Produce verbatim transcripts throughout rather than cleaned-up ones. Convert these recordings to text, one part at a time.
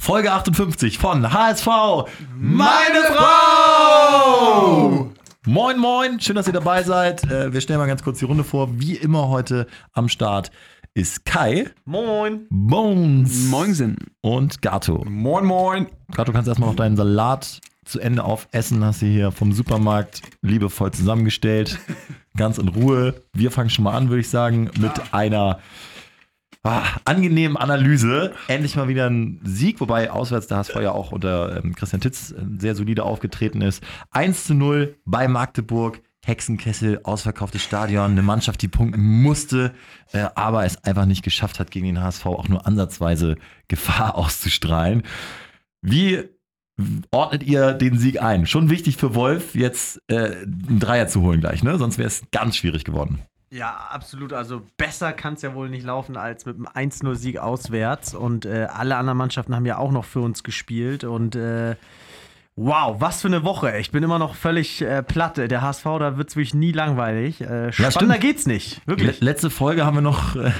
Folge achtundfünfzig von H S V, meine Frau! Moin, moin, schön, dass ihr dabei seid. Wir stellen mal ganz kurz die Runde vor. Wie immer heute am Start ist Kai. Moin. Bones. Moinsen. Und Gato. Moin, moin. Gato, kannst erstmal noch deinen Salat zu Ende aufessen. Hast du hier vom Supermarkt liebevoll zusammengestellt. Ganz in Ruhe. Wir fangen schon mal an, würde ich sagen, mit einer ah, angenehmen Analyse. Endlich mal wieder ein Sieg, wobei auswärts der H S V ja auch unter ähm, Christian Titz sehr solide aufgetreten ist. eins zu null bei Magdeburg. Hexenkessel, ausverkauftes Stadion, eine Mannschaft, die punkten musste, äh, aber es einfach nicht geschafft hat, gegen den H S V auch nur ansatzweise Gefahr auszustrahlen. Wie ordnet ihr den Sieg ein? Schon wichtig für Wolf, jetzt äh, einen Dreier zu holen gleich, ne? Sonst wäre es ganz schwierig geworden. Ja, absolut. Also besser kann es ja wohl nicht laufen als mit einem eins null Sieg auswärts. Und äh, alle anderen Mannschaften haben ja auch noch für uns gespielt. Und äh, wow, was für eine Woche. Ich bin immer noch völlig äh, platt. Der H S V, da wird es wirklich nie langweilig. Äh, spannender ja, geht's nicht. Wirklich. Le- letzte Folge haben wir noch äh,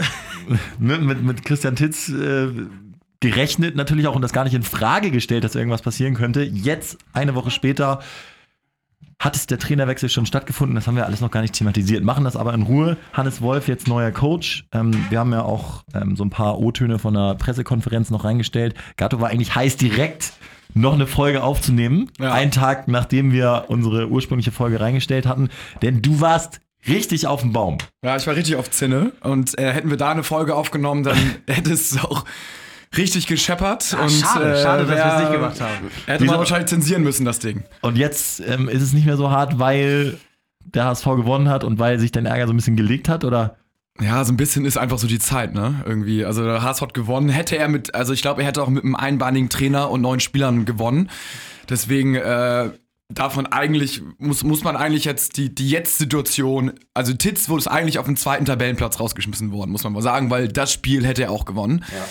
mit, mit, mit Christian Titz äh, gerechnet, natürlich auch und das gar nicht in Frage gestellt, dass irgendwas passieren könnte. Jetzt, eine Woche später, hat es der Trainerwechsel schon stattgefunden. Das haben wir alles noch gar nicht thematisiert. Machen das aber in Ruhe. Hannes Wolf, jetzt neuer Coach. Ähm, wir haben ja auch ähm, so ein paar O-Töne von der Pressekonferenz noch reingestellt. Gatto war eigentlich heiß, direkt noch eine Folge aufzunehmen. Ja. Einen Tag, nachdem wir unsere ursprüngliche Folge reingestellt hatten. Denn du warst richtig auf dem Baum. Ja, ich war richtig auf Zinne. Und äh, hätten wir da eine Folge aufgenommen, dann hätte es auch richtig gescheppert. Ja, und, schade, äh, schade, dass wär, wir es nicht gemacht haben. Hätte man wahrscheinlich zensieren müssen, das Ding. Und jetzt ähm, ist es nicht mehr so hart, weil der H S V gewonnen hat und weil sich dein Ärger so ein bisschen gelegt hat, oder? Ja, so ein bisschen ist einfach so die Zeit, ne? Irgendwie. Also der H S V hat gewonnen. Hätte er mit, also ich glaube, er hätte auch mit einem einbeinigen Trainer und neun Spielern gewonnen. Deswegen äh, darf man eigentlich, muss, muss man eigentlich jetzt die, die Jetzt-Situation, also Titz wurde es eigentlich auf den zweiten Tabellenplatz rausgeschmissen worden, muss man mal sagen, weil das Spiel hätte er auch gewonnen. Ja.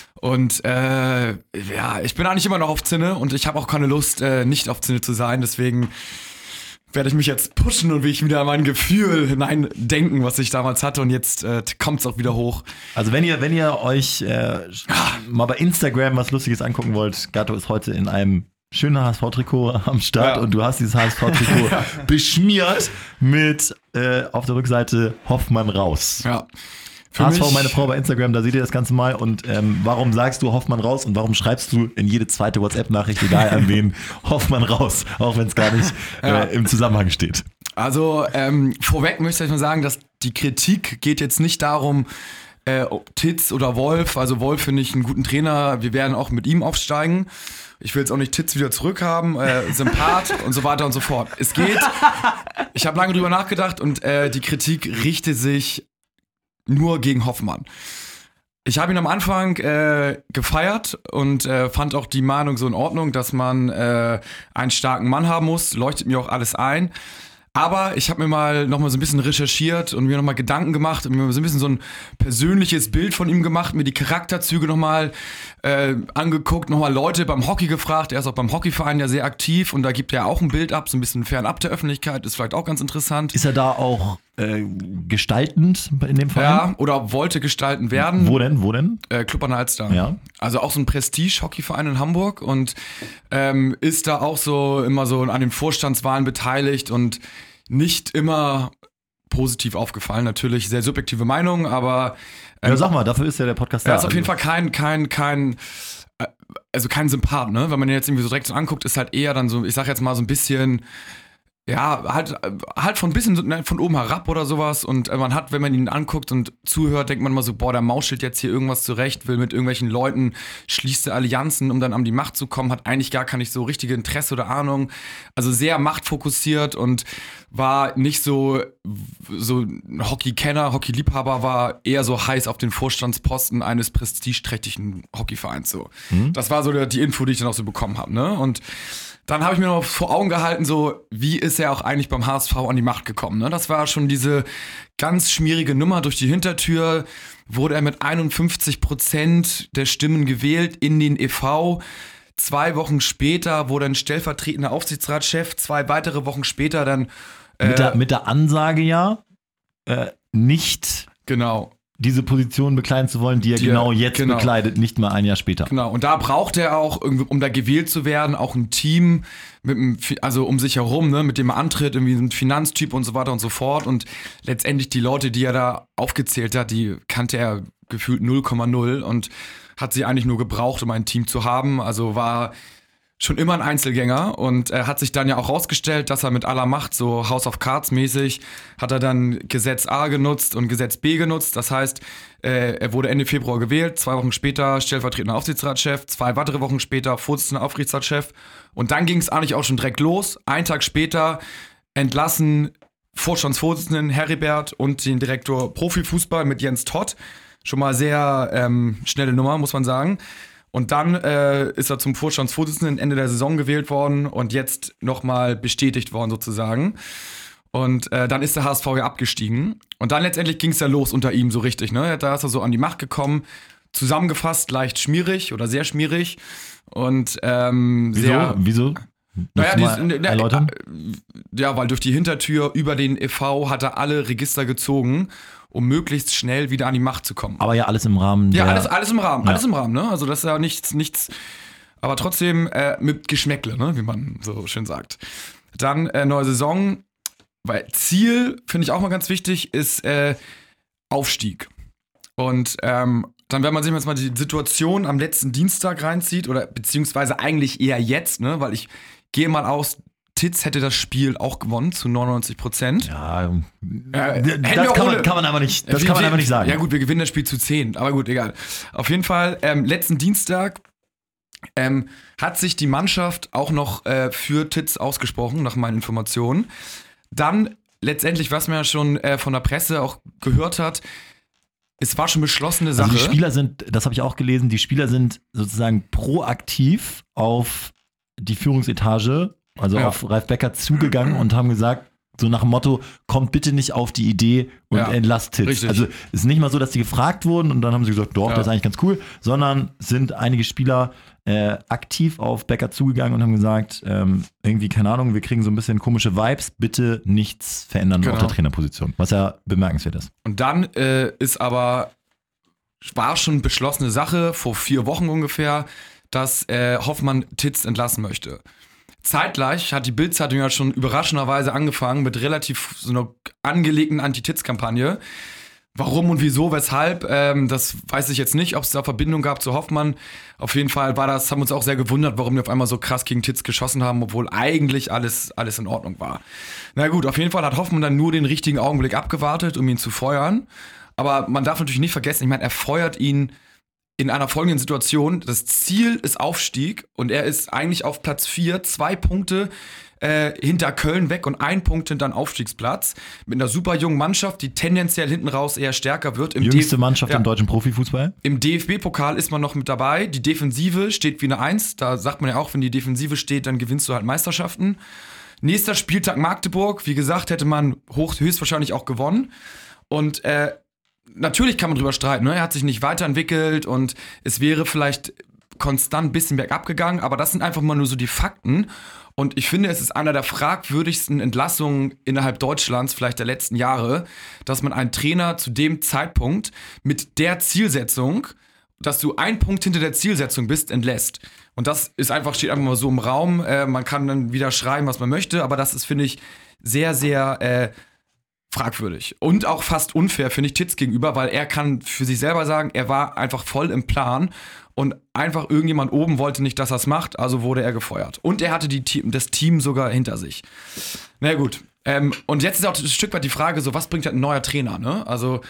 Und äh, ja, ich bin eigentlich immer noch auf Zinne und ich habe auch keine Lust, äh, nicht auf Zinne zu sein. Deswegen werde ich mich jetzt pushen und will ich wieder an mein Gefühl hineindenken, was ich damals hatte. Und jetzt äh, kommt es auch wieder hoch. Also wenn ihr, wenn ihr euch äh, mal bei Instagram was Lustiges angucken wollt, Gatto ist heute in einem schönen H S V-Trikot am Start ja. Und du hast dieses H S V-Trikot beschmiert mit äh, auf der Rückseite Hoffmann raus. Ja. Für H S V, meine Frau bei Instagram, da seht ihr das Ganze mal. Und ähm, warum sagst du Hoffmann raus und warum schreibst du in jede zweite WhatsApp-Nachricht, egal an wen, Hoffmann raus, auch wenn es gar nicht ja. äh, im Zusammenhang steht? Also ähm, vorweg möchte ich mal sagen, dass die Kritik geht jetzt nicht darum, äh, ob Titz oder Wolf. Also Wolf finde ich einen guten Trainer, wir werden auch mit ihm aufsteigen. Ich will jetzt auch nicht Titz wieder zurückhaben, äh, Sympath und so weiter und so fort. Es geht, ich habe lange drüber nachgedacht und äh, die Kritik richtet sich nur gegen Hoffmann. Ich habe ihn am Anfang äh, gefeiert und äh, fand auch die Meinung so in Ordnung, dass man äh, einen starken Mann haben muss. Leuchtet mir auch alles ein. Aber ich habe mir mal noch mal so ein bisschen recherchiert und mir noch mal Gedanken gemacht und mir so ein bisschen so ein persönliches Bild von ihm gemacht, mir die Charakterzüge noch mal äh, angeguckt, noch mal Leute beim Hockey gefragt. Er ist auch beim Hockeyverein ja sehr aktiv und da gibt er auch ein Bild ab, so ein bisschen fernab der Öffentlichkeit. Ist vielleicht auch ganz interessant. Ist er da auch äh, gestaltend in dem Verein? Ja, oder wollte gestalten werden. Wo denn? Wo denn? Äh, Club an der Alster. Ja. Also auch so ein Prestige-Hockeyverein in Hamburg und ähm, ist da auch so immer so an den Vorstandswahlen beteiligt und nicht immer positiv aufgefallen. Natürlich sehr subjektive Meinung, aber ähm, ja, sag mal, dafür ist ja der Podcast da. Er ist auf jeden Fall kein, kein, kein, äh, also kein Sympath, ne? Wenn man ihn jetzt irgendwie so direkt so anguckt, ist halt eher dann so, ich sag jetzt mal so ein bisschen, ja, halt, halt von ein bisschen von oben herab oder sowas und man hat, wenn man ihn anguckt und zuhört, denkt man mal so, boah, der mauschelt jetzt hier irgendwas zurecht, will mit irgendwelchen Leuten, schließt Allianzen, um dann an die Macht zu kommen, hat eigentlich gar nicht so richtige Interesse oder Ahnung, also sehr machtfokussiert und war nicht so, so Hockey-Kenner, Hockey-Liebhaber, war eher so heiß auf den Vorstandsposten eines prestigeträchtigen Hockeyvereins, so. Mhm. Das war so die Info, die ich dann auch so bekommen habe, ne, und dann habe ich mir noch vor Augen gehalten, so, wie ist er auch eigentlich beim H S V an die Macht gekommen, ne? Das war schon diese ganz schmierige Nummer durch die Hintertür, wurde er mit einundfünfzig Prozent der Stimmen gewählt in den E V. Zwei Wochen später wurde ein stellvertretender Aufsichtsratschef, zwei weitere Wochen später dann äh, mit, der, mit der Ansage ja, äh, nicht genau. diese Position bekleiden zu wollen, die er Die genau er- jetzt genau. bekleidet, nicht mal ein Jahr später. Genau, und da braucht er auch, irgendwie, um da gewählt zu werden, auch ein Team, mit einem, Fi- also um sich herum, ne, mit dem er antritt, irgendwie ein Finanztyp und so weiter und so fort. Und letztendlich die Leute, die er da aufgezählt hat, die kannte er gefühlt null Komma null und hat sie eigentlich nur gebraucht, um ein Team zu haben. Also war schon immer ein Einzelgänger und er hat sich dann ja auch rausgestellt, dass er mit aller Macht, so House of Cards mäßig, hat er dann Gesetz A genutzt und Gesetz B genutzt. Das heißt, äh, er wurde Ende Februar gewählt, zwei Wochen später stellvertretender Aufsichtsratschef, zwei weitere Wochen später Vorsitzender Aufsichtsratschef und dann ging es eigentlich auch schon direkt los. Einen Tag später entlassen Vorstandsvorsitzenden Heribert und den Direktor Profifußball mit Jens Todt. Schon mal sehr ähm, schnelle Nummer, muss man sagen. Und dann äh, ist er zum Vorstandsvorsitzenden Ende der Saison gewählt worden und jetzt nochmal bestätigt worden sozusagen. Und äh, dann ist der H S V ja abgestiegen. Und dann letztendlich ging es ja los unter ihm so richtig. Ne? Da ist er so an die Macht gekommen. Zusammengefasst leicht schmierig oder sehr schmierig. Und ähm, Wieso? sehr. Wieso? Naja, Musst du die, mal ne, erläutern? äh, ja, weil durch die Hintertür über den E V hat er alle Register gezogen, um möglichst schnell wieder an die Macht zu kommen. Aber ja, alles im Rahmen Ja, der... alles, alles im Rahmen, Ja. alles im Rahmen, ne? Also das ist ja nichts, nichts, aber trotzdem äh, mit Geschmäckle, ne? Wie man so schön sagt. Dann äh, neue Saison, weil Ziel, finde ich auch mal ganz wichtig, ist äh, Aufstieg. Und ähm, dann, wenn man sich jetzt mal die Situation am letzten Dienstag reinzieht, oder beziehungsweise eigentlich eher jetzt, ne? Weil ich gehe mal aus, Titz hätte das Spiel auch gewonnen zu neunundneunzig Prozent. Ja, Äh, das hätten wir kann man, ohne- kann man aber nicht, das Wir- kann man wir- einfach nicht sagen. Ja gut, wir gewinnen das Spiel zu zehn, aber gut, egal. Auf jeden Fall, ähm, letzten Dienstag ähm, hat sich die Mannschaft auch noch äh, für Titz ausgesprochen, nach meinen Informationen. Dann letztendlich, was man ja schon äh, von der Presse auch gehört hat, es war schon beschlossene Sache. Also die Spieler sind, das habe ich auch gelesen, die Spieler sind sozusagen proaktiv auf die Führungsetage, also Ja. auf Ralf Becker zugegangen und haben gesagt, so nach dem Motto, kommt bitte nicht auf die Idee und Ja, entlasst Titz. richtig. Also es ist nicht mal so, dass die gefragt wurden und dann haben sie gesagt, doch, Ja. das ist eigentlich ganz cool, sondern sind einige Spieler äh, aktiv auf Becker zugegangen und haben gesagt, ähm, irgendwie, keine Ahnung, wir kriegen so ein bisschen komische Vibes, bitte nichts verändern Genau. auf der Trainerposition, was ja bemerkenswert ist. Und dann äh, ist aber, war schon beschlossene Sache, vor vier Wochen ungefähr, dass äh, Hoffmann Titz entlassen möchte. Zeitgleich hat die Bild-Zeitung ja schon überraschenderweise angefangen mit relativ so einer angelegten Anti-Titz-Kampagne. Warum und wieso, weshalb, ähm, das weiß ich jetzt nicht, ob es da Verbindung gab zu Hoffmann. Auf jeden Fall war das, haben uns auch sehr gewundert, warum die auf einmal so krass gegen Titz geschossen haben, obwohl eigentlich alles, alles in Ordnung war. Na gut, auf jeden Fall hat Hoffmann dann nur den richtigen Augenblick abgewartet, um ihn zu feuern. Aber man darf natürlich nicht vergessen, ich meine, er feuert ihn in einer folgenden Situation. Das Ziel ist Aufstieg und er ist eigentlich auf Platz vier, zwei Punkte äh, hinter Köln weg und ein Punkt hinter einem Aufstiegsplatz. Mit einer super jungen Mannschaft, die tendenziell hinten raus eher stärker wird. Im Jüngste D- Mannschaft ja. im deutschen Profifußball. Im D F B-Pokal ist man noch mit dabei. Die Defensive steht wie eine Eins. Da sagt man ja auch, wenn die Defensive steht, dann gewinnst du halt Meisterschaften. Nächster Spieltag Magdeburg. Wie gesagt, hätte man hoch, höchstwahrscheinlich auch gewonnen. Und äh, natürlich kann man drüber streiten. Ne? Er hat sich nicht weiterentwickelt und es wäre vielleicht konstant ein bisschen bergab gegangen. Aber das sind einfach mal nur so die Fakten. Und ich finde, es ist einer der fragwürdigsten Entlassungen innerhalb Deutschlands, vielleicht der letzten Jahre, dass man einen Trainer zu dem Zeitpunkt mit der Zielsetzung, dass du ein Punkt hinter der Zielsetzung bist, entlässt. Und das ist einfach, steht einfach mal so im Raum. Äh, man kann dann wieder schreiben, was man möchte, aber das ist, finde ich, sehr, sehr äh, fragwürdig. Und auch fast unfair, finde ich, Titz gegenüber, weil er kann für sich selber sagen, er war einfach voll im Plan und einfach irgendjemand oben wollte nicht, dass er es macht, also wurde er gefeuert. Und er hatte die Team, das Team sogar hinter sich. Na ja, gut. Ähm, und jetzt ist auch ein Stück weit die Frage, so was bringt halt ein neuer Trainer, ne? Also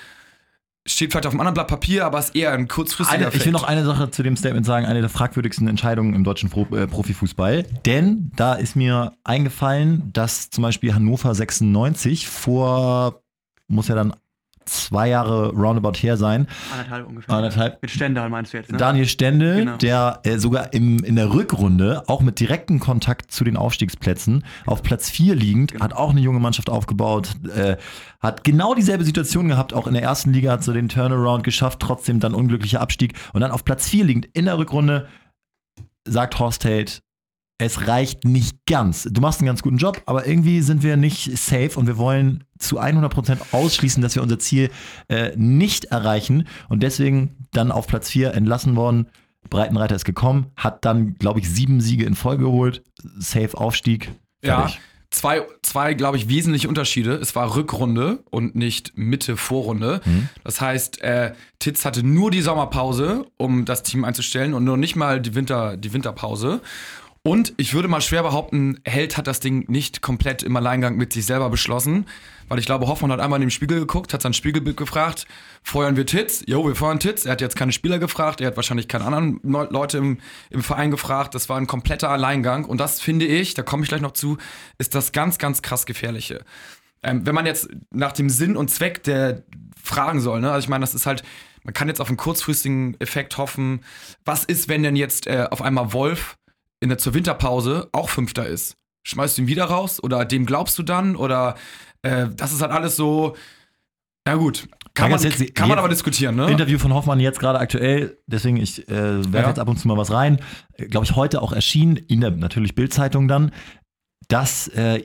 steht vielleicht auf einem anderen Blatt Papier, aber ist eher ein kurzfristiger Eine, ich will Effekt. noch eine Sache zu dem Statement sagen, eine der fragwürdigsten Entscheidungen im deutschen Pro, äh, Profifußball. Denn da ist mir eingefallen, dass zum Beispiel Hannover sechsundneunzig vor, muss ja dann zwei Jahre roundabout her sein, Anderthalb ungefähr. Anderthalb. Mit Stendal meinst du jetzt, ne? Daniel Stendel, Genau. der äh, sogar im, in der Rückrunde auch mit direktem Kontakt zu den Aufstiegsplätzen auf Platz vier liegend, Genau. hat auch eine junge Mannschaft aufgebaut, äh, hat genau dieselbe Situation gehabt, auch in der ersten Liga, hat so den Turnaround geschafft, trotzdem dann unglücklicher Abstieg und dann auf Platz vier liegend in der Rückrunde sagt Horst Held, es reicht nicht ganz. Du machst einen ganz guten Job, aber irgendwie sind wir nicht safe und wir wollen zu hundert Prozent ausschließen, dass wir unser Ziel äh, nicht erreichen und deswegen dann auf Platz vier entlassen worden. Breitenreiter ist gekommen, hat dann, glaube ich, sieben Siege in Folge geholt, safe Aufstieg, fertig. Ja, zwei, zwei glaube ich, wesentliche Unterschiede. Es war Rückrunde und nicht Mitte-Vorrunde. Mhm. Das heißt, äh, Titz hatte nur die Sommerpause, um das Team einzustellen und nur nicht mal die, Winter, die Winterpause. Und ich würde mal schwer behaupten, Held hat das Ding nicht komplett im Alleingang mit sich selber beschlossen, weil ich glaube, Hoffmann hat einmal in den Spiegel geguckt, hat sein Spiegelbild gefragt, feuern wir Titz? Jo, wir feuern Titz. Er hat jetzt keine Spieler gefragt, er hat wahrscheinlich keine anderen Leute im, im Verein gefragt. Das war ein kompletter Alleingang und das finde ich, da komme ich gleich noch zu, ist das ganz, ganz krass Gefährliche. Ähm, wenn man jetzt nach dem Sinn und Zweck der fragen soll, ne? Also ich meine, das ist halt, man kann jetzt auf einen kurzfristigen Effekt hoffen. Was ist, wenn denn jetzt äh, auf einmal Wolf in der zur Winterpause auch Fünfter ist? Schmeißt du ihn wieder raus? Oder dem glaubst du dann? Oder äh, das ist halt alles so, na gut, kann, man, jetzt, kann man aber diskutieren, ne? Interview von Hoffmann jetzt gerade aktuell, deswegen ich äh, werfe ja. jetzt ab und zu mal was rein. Glaube ich, heute auch erschienen, in der natürlich Bild-Zeitung dann, dass äh,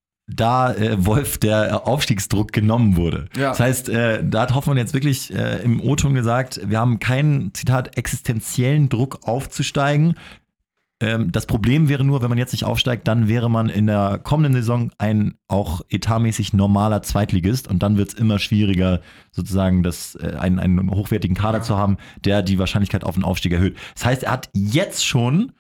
da äh, Wolf der Aufstiegsdruck genommen wurde. Ja. Das heißt, äh, da hat Hoffmann jetzt wirklich äh, im O-Ton gesagt, wir haben keinen, Zitat, existenziellen Druck aufzusteigen. Das Problem wäre nur, wenn man jetzt nicht aufsteigt, dann wäre man in der kommenden Saison ein auch etatmäßig normaler Zweitligist und dann wird es immer schwieriger, sozusagen das, äh, einen, einen hochwertigen Kader ja. zu haben, der die Wahrscheinlichkeit auf einen Aufstieg erhöht. Das heißt, er hat jetzt schon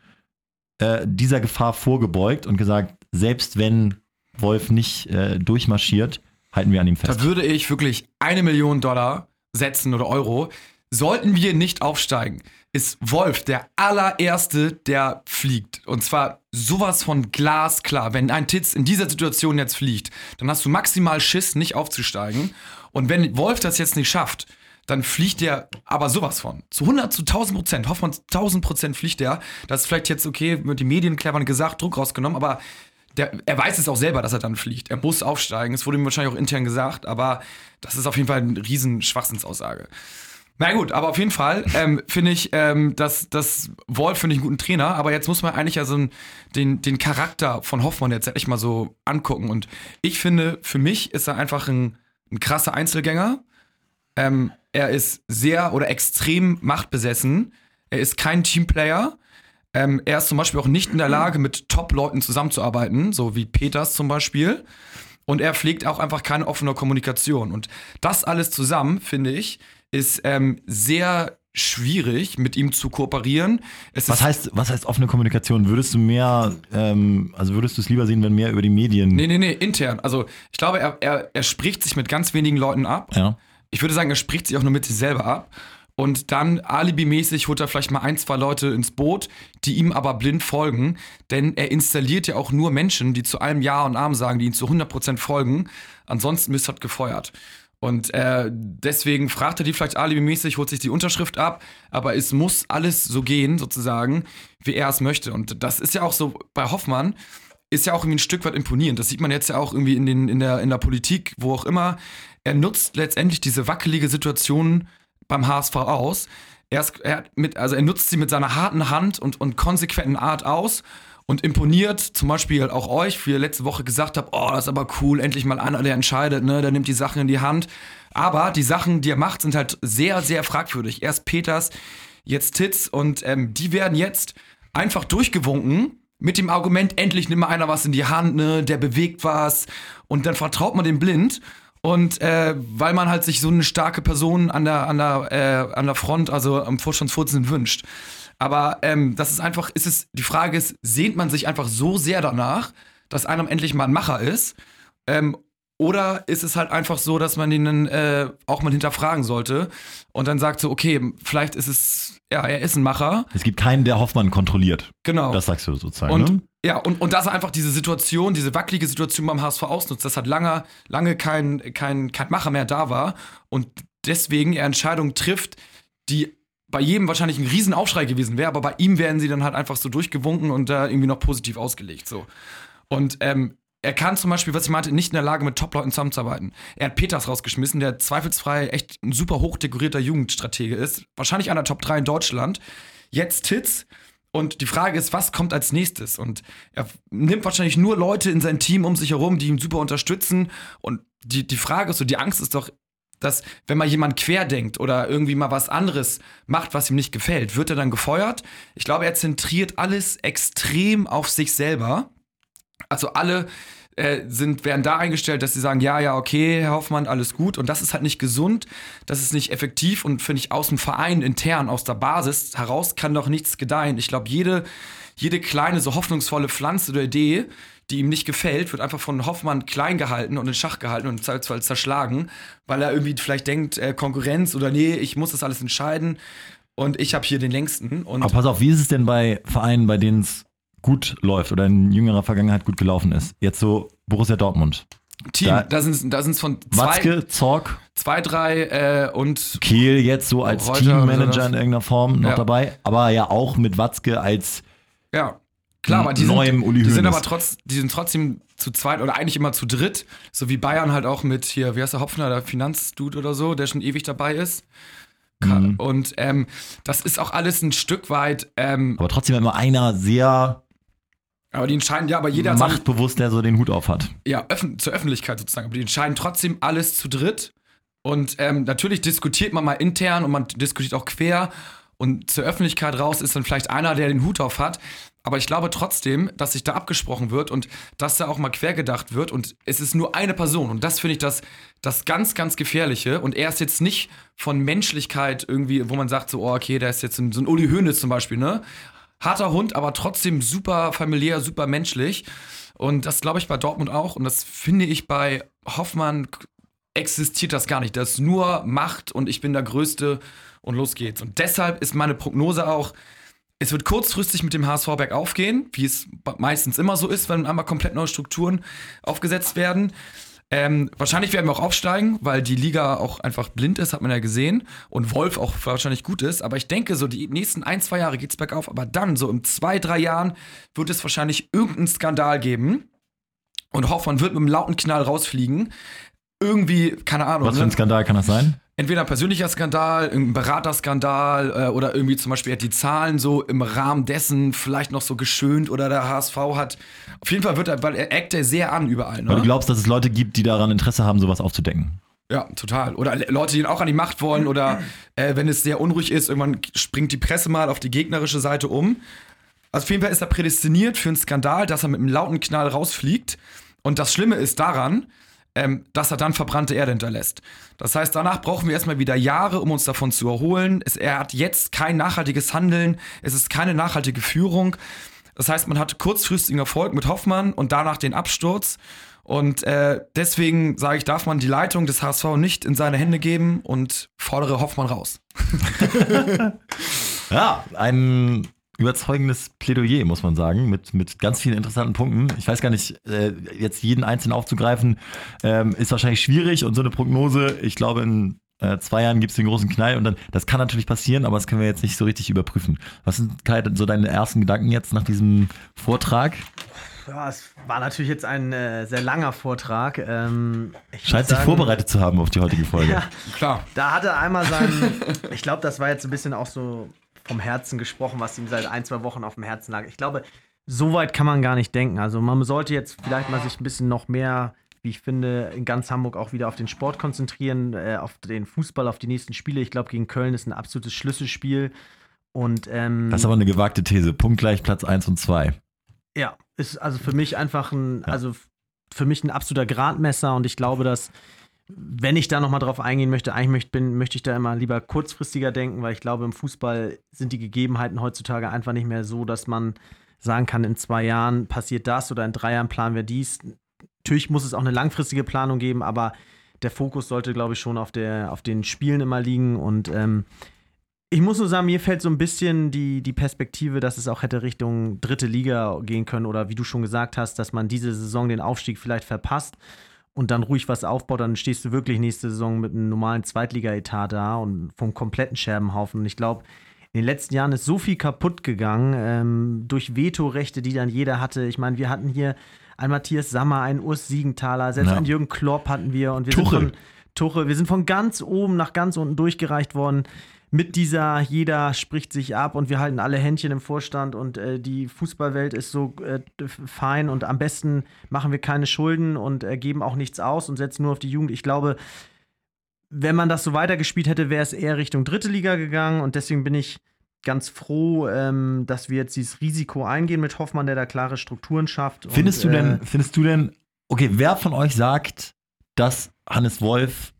äh, dieser Gefahr vorgebeugt und gesagt, selbst wenn Wolf nicht äh, durchmarschiert, halten wir an ihm fest. Da würde ich wirklich eine Million Dollar setzen oder Euro. Sollten wir nicht aufsteigen, ist Wolf der allererste, der fliegt. Und zwar sowas von glasklar. Wenn ein Titz in dieser Situation jetzt fliegt, dann hast du maximal Schiss, nicht aufzusteigen. Und wenn Wolf das jetzt nicht schafft, dann fliegt der aber sowas von. Zu hundert, zu tausend Prozent. Hoffmann, tausend Prozent fliegt der. Das ist vielleicht jetzt, okay, mit den Medien clever gesagt, Druck rausgenommen, aber der, er weiß es auch selber, dass er dann fliegt. Er muss aufsteigen. Es wurde ihm wahrscheinlich auch intern gesagt, aber das ist auf jeden Fall eine riesen Schwachsinnsaussage. Na gut, aber auf jeden Fall ähm, finde ich, ähm, dass das Wolf finde ich einen guten Trainer, aber jetzt muss man eigentlich ja so einen, den, den Charakter von Hoffmann jetzt echt mal so angucken. Und ich finde, für mich ist er einfach ein, ein krasser Einzelgänger. Ähm, er ist sehr oder extrem machtbesessen. Er ist kein Teamplayer. Ähm, er ist zum Beispiel auch nicht in der Lage, mit Top-Leuten zusammenzuarbeiten, so wie Peters zum Beispiel. Und er pflegt auch einfach keine offene Kommunikation. Und das alles zusammen, finde ich, ist ähm, sehr schwierig, mit ihm zu kooperieren. Es was, ist heißt, was heißt offene Kommunikation? Würdest du mehr, ähm, also würdest du es lieber sehen, wenn mehr über die Medien... Nee, nee, nee, intern. Also ich glaube, er, er, er spricht sich mit ganz wenigen Leuten ab. Ja. Ich würde sagen, er spricht sich auch nur mit sich selber ab. Und dann alibimäßig holt er vielleicht mal ein, zwei Leute ins Boot, die ihm aber blind folgen. Denn er installiert ja auch nur Menschen, die zu allem Ja und Amen sagen, die ihm zu hundert Prozent folgen. Ansonsten ist er gefeuert. Und äh, deswegen fragt er die vielleicht alibimäßig, holt sich die Unterschrift ab, aber es muss alles so gehen, sozusagen, wie er es möchte. Und das ist ja auch so bei Hoffmann, ist ja auch irgendwie ein Stück weit imponierend. Das sieht man jetzt ja auch irgendwie in, den, in, der, in der Politik, wo auch immer. Er nutzt letztendlich diese wackelige Situation beim H S V aus. Er, ist, er, mit, also er nutzt sie mit seiner harten Hand und, und konsequenten Art aus und imponiert zum Beispiel auch euch, wie ihr letzte Woche gesagt habt, oh, das ist aber cool, endlich mal einer, der entscheidet, ne, der nimmt die Sachen in die Hand. Aber die Sachen, die er macht, sind halt sehr, sehr fragwürdig. Erst Peters, jetzt Titz und ähm, die werden jetzt einfach durchgewunken mit dem Argument, endlich nimmt mal einer was in die Hand, ne, der bewegt was und dann vertraut man dem blind. Und äh, weil man halt sich so eine starke Person an der, an der, äh, an der Front, also am Vorstandsvorsitzenden wünscht. Aber ähm, das ist einfach, ist es, die Frage ist, sehnt man sich einfach so sehr danach, dass einem endlich mal ein Macher ist? Ähm, oder ist es halt einfach so, dass man ihn äh, auch mal hinterfragen sollte und dann sagt so, okay, vielleicht ist es, ja, er ist ein Macher. Es gibt keinen, der Hoffmann kontrolliert. Genau. Das sagst du sozusagen, und, ne? Ja, und, und dass er einfach diese Situation, diese wackelige Situation beim H S V ausnutzt, dass halt lange, lange kein, kein, kein Macher mehr da war und deswegen er Entscheidungen trifft, die bei jedem wahrscheinlich ein Riesenaufschrei gewesen wäre, aber bei ihm werden sie dann halt einfach so durchgewunken und da äh, irgendwie noch positiv ausgelegt. So. Und ähm, er kann zum Beispiel, was ich meinte, nicht in der Lage, mit Top-Leuten zusammenzuarbeiten. Er hat Peters rausgeschmissen, der zweifelsfrei echt ein super hochdekorierter Jugendstratege ist. Wahrscheinlich einer Top drei in Deutschland. Jetzt Titz. Und die Frage ist, was kommt als nächstes? Und er nimmt wahrscheinlich nur Leute in sein Team um sich herum, die ihn super unterstützen. Und die, die Frage ist so, die Angst ist doch, dass wenn mal jemand querdenkt oder irgendwie mal was anderes macht, was ihm nicht gefällt, wird er dann gefeuert? Ich glaube, er zentriert alles extrem auf sich selber. Also alle äh, sind, werden da eingestellt, dass sie sagen, ja, ja, okay, Herr Hoffmann, alles gut. Und das ist halt nicht gesund, das ist nicht effektiv und finde ich aus dem Verein intern, aus der Basis heraus kann doch nichts gedeihen. Ich glaube, jede, jede kleine, so hoffnungsvolle Pflanze oder Idee, die ihm nicht gefällt, wird einfach von Hoffmann klein gehalten und in Schach gehalten und zwar zerschlagen, weil er irgendwie vielleicht denkt, äh, Konkurrenz oder nee, ich muss das alles entscheiden und ich habe hier den längsten. Und Aber pass auf, wie ist es denn bei Vereinen, bei denen es gut läuft oder in jüngerer Vergangenheit gut gelaufen ist? Jetzt so Borussia Dortmund. Team, Da- da sind es da sind's von zwei, Watzke, Zorc, zwei drei äh, und Kehl jetzt so als Reuter oder Teammanager sowas. in irgendeiner Form noch Ja. dabei, aber ja auch mit Watzke als ja, klar, aber die sind, neuem Uli die sind Hoeneß. aber trotz, die sind trotzdem zu zweit oder eigentlich immer zu dritt, so wie Bayern halt auch mit hier, wie heißt der Hopfner, der Finanzdude oder so, der schon ewig dabei ist. Ka- Mhm. Und ähm, das ist auch alles ein Stück weit, ähm, aber trotzdem immer einer sehr aber die entscheiden, ja, aber jeder hat seine- machtbewusst, der so den Hut auf hat. ja, öffn zur Öffentlichkeit sozusagen, aber die entscheiden trotzdem alles zu dritt. Und ähm, natürlich diskutiert man mal intern und man diskutiert auch quer. Und zur Öffentlichkeit raus ist dann vielleicht einer, der den Hut auf hat. Aber ich glaube trotzdem, dass sich da abgesprochen wird und dass da auch mal quer gedacht wird. Und es ist nur eine Person. Und das finde ich das, das ganz, ganz Gefährliche. Und er ist jetzt nicht von Menschlichkeit irgendwie, wo man sagt so, oh, okay, der ist jetzt ein, so ein Uli Hoeneß zum Beispiel, ne? Harter Hund, aber trotzdem super familiär, super menschlich. Und das glaube ich bei Dortmund auch. Und das finde ich bei Hoffmann existiert das gar nicht. Das ist nur Macht und ich bin der Größte und los geht's. Und deshalb ist meine Prognose auch, es wird kurzfristig mit dem H S V bergauf gehen, wie es meistens immer so ist, wenn einmal komplett neue Strukturen aufgesetzt werden. Ähm, wahrscheinlich werden wir auch aufsteigen, weil die Liga auch einfach blind ist, hat man ja gesehen. Und Wolf auch wahrscheinlich gut ist. Aber ich denke, so die nächsten ein, zwei Jahre geht's bergauf. Aber dann, so in zwei, drei Jahren, wird es wahrscheinlich irgendeinen Skandal geben. Und Hoffmann wird mit einem lauten Knall rausfliegen. Irgendwie, keine Ahnung. Was für ein ne? Skandal kann das sein? Entweder ein persönlicher Skandal, ein Beraterskandal äh, oder irgendwie zum Beispiel hat die Zahlen so im Rahmen dessen vielleicht noch so geschönt oder der H S V hat. Auf jeden Fall wird er, weil er eckt er sehr an überall. Ne? Weil du glaubst, dass es Leute gibt, die daran Interesse haben, sowas aufzudecken. Ja, total. Oder Le- Leute, die ihn auch an die Macht wollen oder äh, wenn es sehr unruhig ist, irgendwann springt die Presse mal auf die gegnerische Seite um. Also auf jeden Fall ist er prädestiniert für einen Skandal, dass er mit einem lauten Knall rausfliegt. Und das Schlimme ist daran, ähm, dass er dann verbrannte Erde hinterlässt. Das heißt, danach brauchen wir erstmal wieder Jahre, um uns davon zu erholen. Es, er hat jetzt kein nachhaltiges Handeln, es ist keine nachhaltige Führung. Das heißt, man hat kurzfristigen Erfolg mit Hoffmann und danach den Absturz. Und äh, deswegen sage ich, darf man die Leitung des H S V nicht in seine Hände geben und fordere Hoffmann raus. Ja, ein überzeugendes Plädoyer, muss man sagen, mit, mit ganz vielen interessanten Punkten. Ich weiß gar nicht, äh, jetzt jeden einzelnen aufzugreifen, ähm, ist wahrscheinlich schwierig und so eine Prognose, ich glaube, in äh, zwei Jahren gibt es den großen Knall und dann, das kann natürlich passieren, aber das können wir jetzt nicht so richtig überprüfen. Was sind, Kai, so deine ersten Gedanken jetzt nach diesem Vortrag? Ja, es war natürlich jetzt ein äh, sehr langer Vortrag. Ähm, ich Scheint muss sich sagen, vorbereitet zu haben auf die heutige Folge. Ja, Klar. da hat er einmal seinen, ich glaube, das war jetzt ein bisschen auch so vom Herzen gesprochen, was ihm seit ein, zwei Wochen auf dem Herzen lag. Ich glaube, so weit kann man gar nicht denken. Also man sollte jetzt vielleicht mal sich ein bisschen noch mehr, wie ich finde, in ganz Hamburg auch wieder auf den Sport konzentrieren, äh, auf den Fußball, auf die nächsten Spiele. Ich glaube, gegen Köln ist ein absolutes Schlüsselspiel. Und ähm, Das ist aber eine gewagte These. Punktgleich Platz eins und zwei. ja, ist also für mich einfach ein, Ja. also für mich ein absoluter Gradmesser und ich glaube, dass, wenn ich da nochmal drauf eingehen möchte, eigentlich möchte, bin, möchte ich da immer lieber kurzfristiger denken, weil ich glaube, im Fußball sind die Gegebenheiten heutzutage einfach nicht mehr so, dass man sagen kann, in zwei Jahren passiert das oder in drei Jahren planen wir dies. Natürlich muss es auch eine langfristige Planung geben, aber der Fokus sollte, glaube ich, schon auf, der, auf den Spielen immer liegen und ähm, ich muss nur sagen, mir fällt so ein bisschen die, die Perspektive, dass es auch hätte Richtung dritte Liga gehen können oder wie du schon gesagt hast, dass man diese Saison den Aufstieg vielleicht verpasst und dann ruhig was aufbaut, dann stehst du wirklich nächste Saison mit einem normalen Zweitliga-Etat da und vom kompletten Scherbenhaufen. Und ich glaube, in den letzten Jahren ist so viel kaputt gegangen ähm, durch Vetorechte, die dann jeder hatte. Ich meine, wir hatten hier einen Matthias Sammer, einen Urs Siegenthaler, selbst Ja. einen Jürgen Klopp hatten wir und wir Tuchel. sind von Tuchel, wir sind von ganz oben nach ganz unten durchgereicht worden. mit dieser, jeder spricht sich ab und wir halten alle Händchen im Vorstand und äh, die Fußballwelt ist so äh, fein und am besten machen wir keine Schulden und äh, geben auch nichts aus und setzen nur auf die Jugend. Ich glaube, wenn man das so weitergespielt hätte, wäre es eher Richtung dritte Liga gegangen und deswegen bin ich ganz froh, ähm, dass wir jetzt dieses Risiko eingehen mit Hoffmann, der da klare Strukturen schafft. Findest und, du denn, äh, findest du denn, okay, wer von euch sagt, dass Hannes Wolf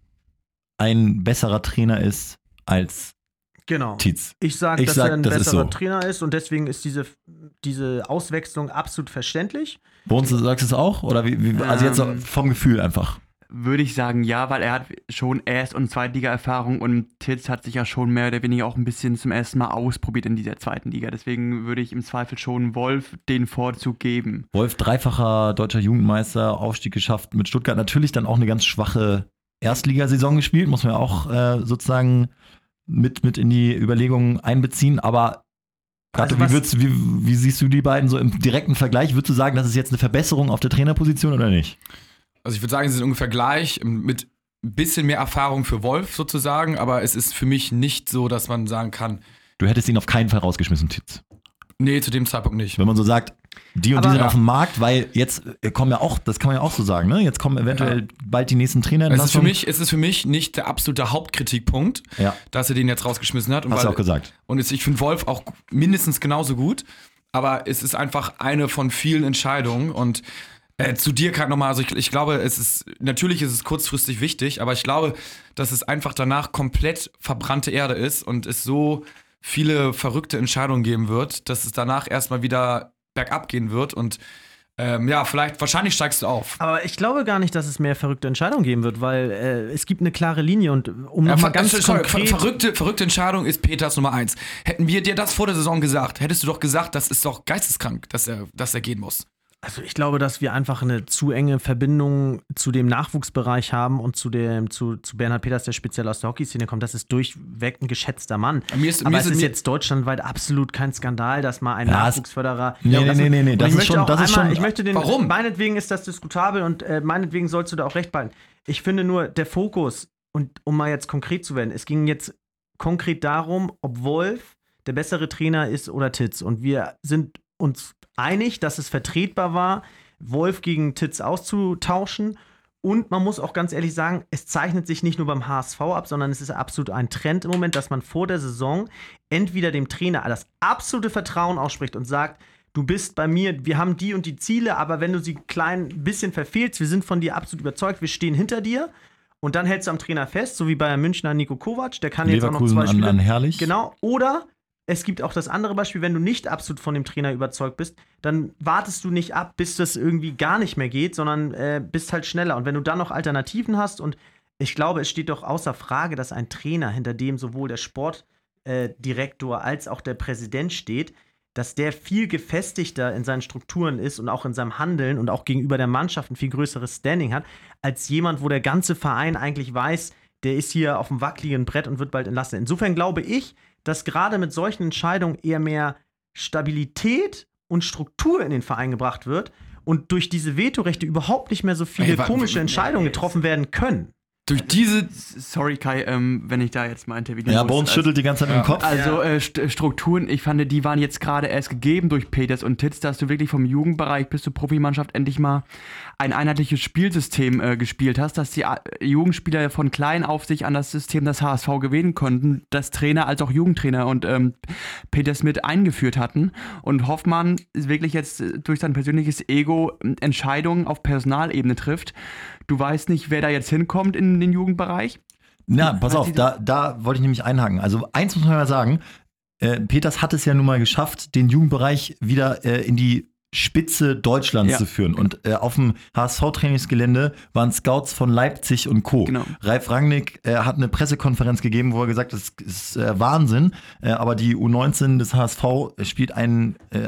ein besserer Trainer ist als Genau. Tietz? Ich sage, Ich dass sag, er ein das ist besserer so. Trainer ist und deswegen ist diese, diese Auswechslung absolut verständlich. Bei uns sagst du es auch? Oder wie, wie also jetzt so Ähm, vom Gefühl einfach. Würde ich sagen, ja, weil er hat schon Erst- und Zweitliga-Erfahrung und Tietz hat sich ja schon mehr oder weniger auch ein bisschen zum ersten Mal ausprobiert in dieser zweiten Liga. Deswegen würde ich im Zweifel schon Wolf den Vorzug geben. Wolf, dreifacher deutscher Jugendmeister, Aufstieg geschafft mit Stuttgart. Natürlich dann auch eine ganz schwache Erstligasaison gespielt, muss man ja auch äh, sozusagen mit, mit in die Überlegungen einbeziehen. Aber Gato, Also wie, was- würdest, wie, wie siehst du die beiden so im direkten Vergleich? Würdest du sagen, das ist jetzt eine Verbesserung auf der Trainerposition oder nicht? Also ich würde sagen, sie sind ungefähr gleich, mit ein bisschen mehr Erfahrung für Wolf sozusagen, aber es ist für mich nicht so, dass man sagen kann, Du hättest ihn auf keinen Fall rausgeschmissen, Tietz. nee, zu dem Zeitpunkt nicht. Wenn man so sagt, die und Aber- die sind Ja. auf dem Markt, weil jetzt äh, kommen ja auch, das kann man ja auch so sagen, ne? Jetzt kommen eventuell bald die nächsten Es ist, für Trainerentlassungen. mich, es ist für mich nicht der absolute Hauptkritikpunkt, Ja, dass er den jetzt rausgeschmissen hat. Und, hast du weil, auch gesagt. und es, ich finde Wolf auch mindestens genauso gut, aber es ist einfach eine von vielen Entscheidungen. Und äh, zu dir kann nochmal, also ich, ich glaube, es ist, natürlich ist es kurzfristig wichtig, aber ich glaube, dass es einfach danach komplett verbrannte Erde ist und es so viele verrückte Entscheidungen geben wird, dass es danach erstmal wieder bergab gehen wird und ähm, ja, vielleicht, wahrscheinlich steigst du auf. Aber ich glaube gar nicht, dass es mehr verrückte Entscheidungen geben wird, weil äh, es gibt eine klare Linie und um Ja, nochmal ver ganz sorry, konkret... ver verrückte, verrückte Entscheidung ist Peters Nummer eins. Hätten wir dir das vor der Saison gesagt, hättest du doch gesagt, das ist doch geisteskrank, dass er, dass er gehen muss. Also ich glaube, dass wir einfach eine zu enge Verbindung zu dem Nachwuchsbereich haben und zu dem zu, zu Bernhard Peters, der speziell aus der Hockeyszene kommt. Das ist durchweg ein geschätzter Mann. Mir ist- Aber mir es ist- ist mir- jetzt deutschlandweit absolut kein Skandal, dass mal ein Ja, es- Nachwuchsförderer... Nee, und nee, das- nee, nee, nee, und das ich ist möchte schon- auch das ist einmal, schon- Ich möchte den... Warum? Meinetwegen ist das diskutabel und äh, meinetwegen sollst du da auch recht behalten. Ich finde nur, der Fokus, und um mal jetzt konkret zu werden, es ging jetzt konkret darum, ob Wolf der bessere Trainer ist oder Tietz. Und wir sind uns einig, dass es vertretbar war, Wolf gegen Tietz auszutauschen. Und man muss auch ganz ehrlich sagen, es zeichnet sich nicht nur beim H S V ab, sondern es ist absolut ein Trend im Moment, dass man vor der Saison entweder dem Trainer das absolute Vertrauen ausspricht und sagt, du bist bei mir, wir haben die und die Ziele, aber wenn du sie klein bisschen verfehlst, wir sind von dir absolut überzeugt, wir stehen hinter dir. Und dann hältst du am Trainer fest, so wie bei Münchner Nico Kovac, der kann jetzt auch noch Leverkusen zwei an, Spiele. an Herrlich. Genau. Oder es gibt auch das andere Beispiel, wenn du nicht absolut von dem Trainer überzeugt bist, dann wartest du nicht ab, bis das irgendwie gar nicht mehr geht, sondern äh, bist halt schneller. Und wenn du dann noch Alternativen hast, und ich glaube, es steht doch außer Frage, dass ein Trainer, hinter dem sowohl der Sportdirektor als auch der Präsident steht, dass der viel gefestigter in seinen Strukturen ist und auch in seinem Handeln und auch gegenüber der Mannschaft ein viel größeres Standing hat, als jemand, wo der ganze Verein eigentlich weiß, der ist hier auf dem wackeligen Brett und wird bald entlassen. Insofern glaube ich, dass gerade mit solchen Entscheidungen eher mehr Stabilität und Struktur in den Verein gebracht wird und durch diese Vetorechte überhaupt nicht mehr so viele Ey, wa- komische Entscheidungen getroffen werden können. Durch diese, Sorry, Kai, ähm, wenn ich da jetzt mal intervenieren Ja, muss. bei uns Also- schüttelt die ganze Zeit Ja. im Kopf. Also äh, St Strukturen, ich fand, die waren jetzt gerade erst gegeben durch Peters und Tietz, dass du wirklich vom Jugendbereich bis zur Profimannschaft endlich mal ein einheitliches Spielsystem äh, gespielt hast, dass die äh, Jugendspieler von klein auf sich an das System des H S V gewöhnen konnten, das Trainer als auch Jugendtrainer und ähm, Peters mit eingeführt hatten. Und Hoffmann ist wirklich jetzt äh, durch sein persönliches Ego äh, Entscheidungen auf Personalebene trifft. Du weißt nicht, wer da jetzt hinkommt in den Jugendbereich. Ja, pass Hat auf, sie- da, da wollte ich nämlich einhaken. Also eins muss man mal sagen, äh, Peters hat es ja nun mal geschafft, den Jugendbereich wieder äh, in die Spitze Deutschlands Ja. zu führen. Und äh, auf dem H S V-Trainingsgelände waren Scouts von Leipzig und Co. Genau. Ralf Rangnick äh, hat eine Pressekonferenz gegeben, wo er gesagt hat, das ist äh, Wahnsinn, äh, aber die U neunzehn des H S V spielt einen äh,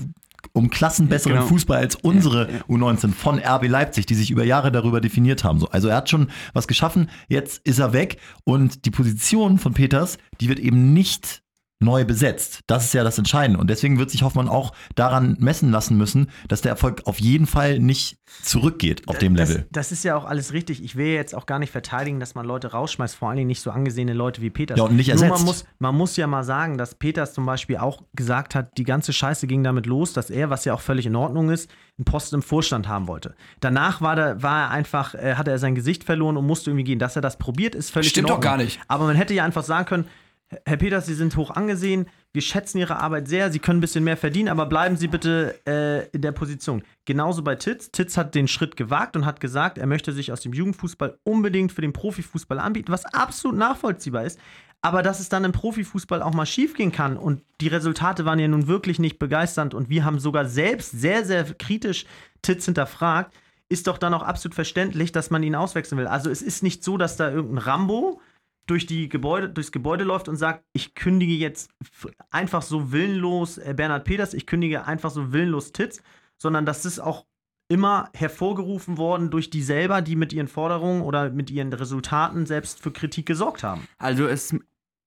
um Klassen besseren Genau. Fußball als unsere Ja, ja. U neunzehn von R B Leipzig, die sich über Jahre darüber definiert haben. So, also er hat schon was geschaffen, jetzt ist er weg und die Position von Peters, die wird eben nicht neu besetzt. Das ist ja das Entscheidende. Und deswegen wird sich Hoffmann auch daran messen lassen müssen, dass der Erfolg auf jeden Fall nicht zurückgeht auf dem das, Level. Das ist ja auch alles richtig. Ich will jetzt auch gar nicht verteidigen, dass man Leute rausschmeißt, vor allen Dingen nicht so angesehene Leute wie Peters. Ja, und nicht Nur ersetzt. man muss, man muss ja mal sagen, dass Peters zum Beispiel auch gesagt hat, die ganze Scheiße ging damit los, dass er, was ja auch völlig in Ordnung ist, einen Posten im Vorstand haben wollte. Danach war, der, war er einfach, äh, hatte er sein Gesicht verloren und musste irgendwie gehen. Dass er das probiert, ist völlig Stimmt in Ordnung. doch gar nicht. Aber man hätte ja einfach sagen können, Herr Peters, Sie sind hoch angesehen, wir schätzen Ihre Arbeit sehr, Sie können ein bisschen mehr verdienen, aber bleiben Sie bitte äh, in der Position. Genauso bei Titz. Titz hat den Schritt gewagt und hat gesagt, er möchte sich aus dem Jugendfußball unbedingt für den Profifußball anbieten, was absolut nachvollziehbar ist. Aber dass es dann im Profifußball auch mal schief gehen kann und die Resultate waren ja nun wirklich nicht begeisternd und wir haben sogar selbst sehr, sehr kritisch Titz hinterfragt, ist doch dann auch absolut verständlich, dass man ihn auswechseln will. Also es ist nicht so, dass da irgendein Rambo durch die Gebäude, durchs Gebäude läuft und sagt, ich kündige jetzt einfach so willenlos äh, Bernhard Peters, ich kündige einfach so willenlos Titz, sondern das ist auch immer hervorgerufen worden durch die selber, die mit ihren Forderungen oder mit ihren Resultaten selbst für Kritik gesorgt haben. Also es,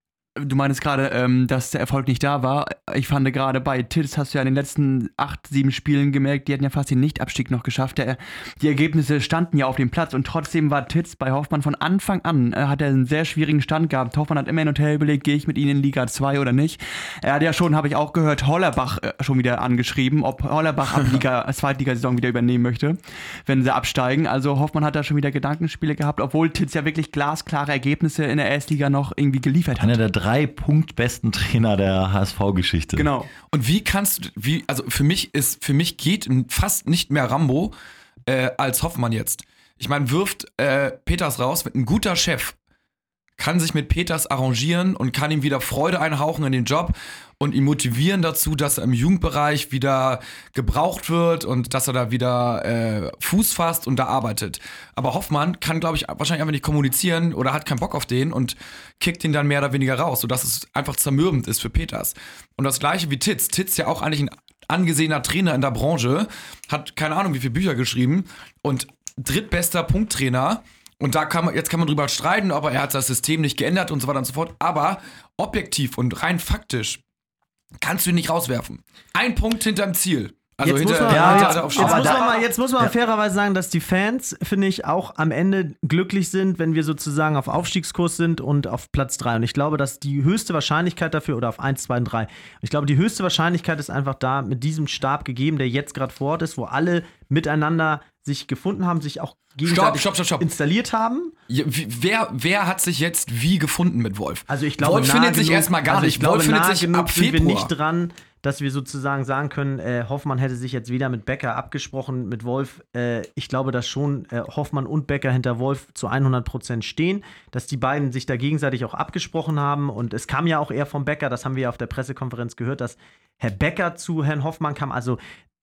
du meinst gerade, ähm, dass der Erfolg nicht da war. Ich fand gerade bei Titz hast du ja in den letzten acht, sieben Spielen gemerkt, die hatten ja fast den Nichtabstieg noch geschafft. Der, die Ergebnisse standen ja auf dem Platz und trotzdem war Titz bei Hoffmann von Anfang an, äh, hat er einen sehr schwierigen Stand gehabt. Hoffmann hat immer hin und her überlegt, gehe ich mit ihnen in Liga zwei oder nicht. Er hat ja schon, habe ich auch gehört, Hollerbach äh, schon wieder angeschrieben, ob Hollerbach ab Liga, Zweitligasaison wieder übernehmen möchte, wenn sie absteigen. Also Hoffmann hat da schon wieder Gedankenspiele gehabt, obwohl Titz ja wirklich glasklare Ergebnisse in der Erstliga noch irgendwie geliefert hat. Einer der drei punktbesten Trainer der H S V-Geschichte. Genau. Und wie kannst du, wie, also für mich ist, für mich geht fast nicht mehr Rambo äh, als Hoffmann jetzt. Ich meine, wirft äh, Peters raus, mit ein guter Chef kann sich mit Peters arrangieren und kann ihm wieder Freude einhauchen in den Job und ihn motivieren dazu, dass er im Jugendbereich wieder gebraucht wird und dass er da wieder äh, Fuß fasst und da arbeitet. Aber Hoffmann kann, glaube ich, wahrscheinlich einfach nicht kommunizieren oder hat keinen Bock auf den und kickt ihn dann mehr oder weniger raus, sodass es einfach zermürbend ist für Peters. Und das gleiche wie Titz. Titz ja auch eigentlich ein angesehener Trainer in der Branche, hat keine Ahnung, wie viele Bücher geschrieben und drittbester Punkttrainer. Und da kann man, jetzt kann man drüber streiten, aber er hat das System nicht geändert und so weiter und so fort. Aber objektiv und rein faktisch kannst du ihn nicht rauswerfen. Ein Punkt hinterm Ziel. Also jetzt hinter, muss man, ja, jetzt, hinter der jetzt, Aufstellung. muss man da- mal, jetzt muss man ja. fairerweise sagen, dass die Fans, finde ich, auch am Ende glücklich sind, wenn wir sozusagen auf Aufstiegskurs sind und auf Platz drei. Und ich glaube, dass die höchste Wahrscheinlichkeit dafür, oder auf eins, zwei und drei, und ich glaube, die höchste Wahrscheinlichkeit ist einfach da mit diesem Stab gegeben, der jetzt gerade vor Ort ist, wo alle miteinander sich gefunden haben, sich auch gegenseitig stopp, stopp, stopp. installiert haben. Ja, wie- wer, wer hat sich jetzt wie gefunden mit Wolf? Also ich glaube, Wolf nahe findet sich genug- erstmal gar also nicht. Ich glaube, Wolf findet nahe sich genug ab sind wir Februar. nicht dran, dass wir sozusagen sagen können, äh, Hoffmann hätte sich jetzt wieder mit Becker abgesprochen, mit Wolf. Äh, ich glaube, dass schon äh, Hoffmann und Becker hinter Wolf zu hundert Prozent stehen, dass die beiden sich da gegenseitig auch abgesprochen haben. Und es kam ja auch eher vom Becker, das haben wir ja auf der Pressekonferenz gehört, dass Herr Becker zu Herrn Hoffmann kam. Also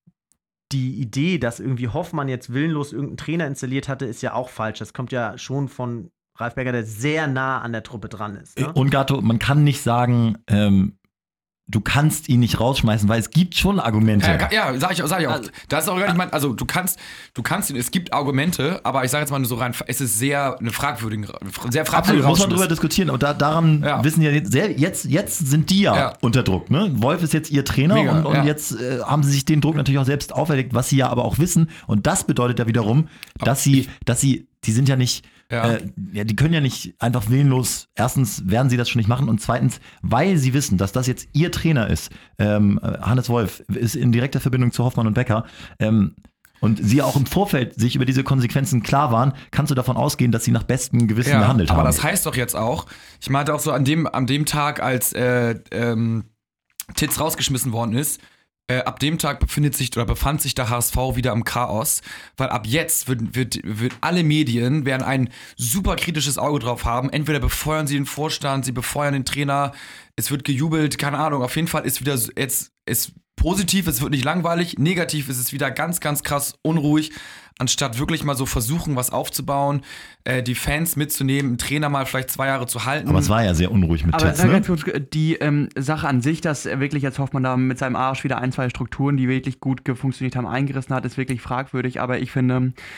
die Idee, dass irgendwie Hoffmann jetzt willenlos irgendeinen Trainer installiert hatte, ist ja auch falsch. Das kommt ja schon von Ralf Becker, der sehr nah an der Truppe dran ist. Ne? Und Gato, man kann nicht sagen, ähm, du kannst ihn nicht rausschmeißen, weil es gibt schon Argumente. Ja, ja, sag ich, sag ich auch. Das ist auch gar nicht mein, also du kannst, du kannst ihn, es gibt Argumente, aber ich sage jetzt mal nur so rein, es ist sehr eine fragwürdige, sehr fragwürdige Absolut, muss man drüber Rausschmiss. diskutieren. Und da, daran Ja. wissen ja jetzt, sehr, jetzt, jetzt sind die ja, Ja. unter Druck. Ne? Wolf ist jetzt ihr Trainer Mega, und, und ja. jetzt äh, haben sie sich den Druck natürlich auch selbst auferlegt, was sie ja aber auch wissen. Und das bedeutet ja wiederum, dass sie, dass sie, die sind ja nicht, Ja. Äh, ja, die können ja nicht einfach willenlos, erstens werden sie das schon nicht machen und zweitens, weil sie wissen, dass das jetzt ihr Trainer ist, ähm, Hannes Wolf ist in direkter Verbindung zu Hoffmann und Becker, ähm, und sie auch im Vorfeld sich über diese Konsequenzen klar waren, kannst du davon ausgehen, dass sie nach bestem Gewissen Ja, gehandelt aber haben. das heißt doch jetzt auch, ich meinte auch so an dem, an dem Tag, als äh, ähm, Titz rausgeschmissen worden ist, Äh, ab dem Tag befindet sich oder befand sich der H S V wieder im Chaos, weil ab jetzt wird, wird, wird alle Medien werden ein super kritisches Auge drauf haben. Entweder befeuern sie den Vorstand, sie befeuern den Trainer, es wird gejubelt, keine Ahnung. Auf jeden Fall ist wieder so- jetzt ist positiv, es wird nicht langweilig, negativ ist es wieder ganz, ganz krass unruhig. Anstatt wirklich mal so versuchen, was aufzubauen, äh, die Fans mitzunehmen, einen Trainer mal vielleicht zwei Jahre zu halten. Aber es war ja sehr unruhig mit Aber Titz, sag ne? ganz kurz, die ähm, Sache an sich, dass er wirklich jetzt Hoffmann da mit seinem Arsch wieder ein, zwei Strukturen, die wirklich gut funktioniert haben, eingerissen hat, ist wirklich fragwürdig. Aber ich finde,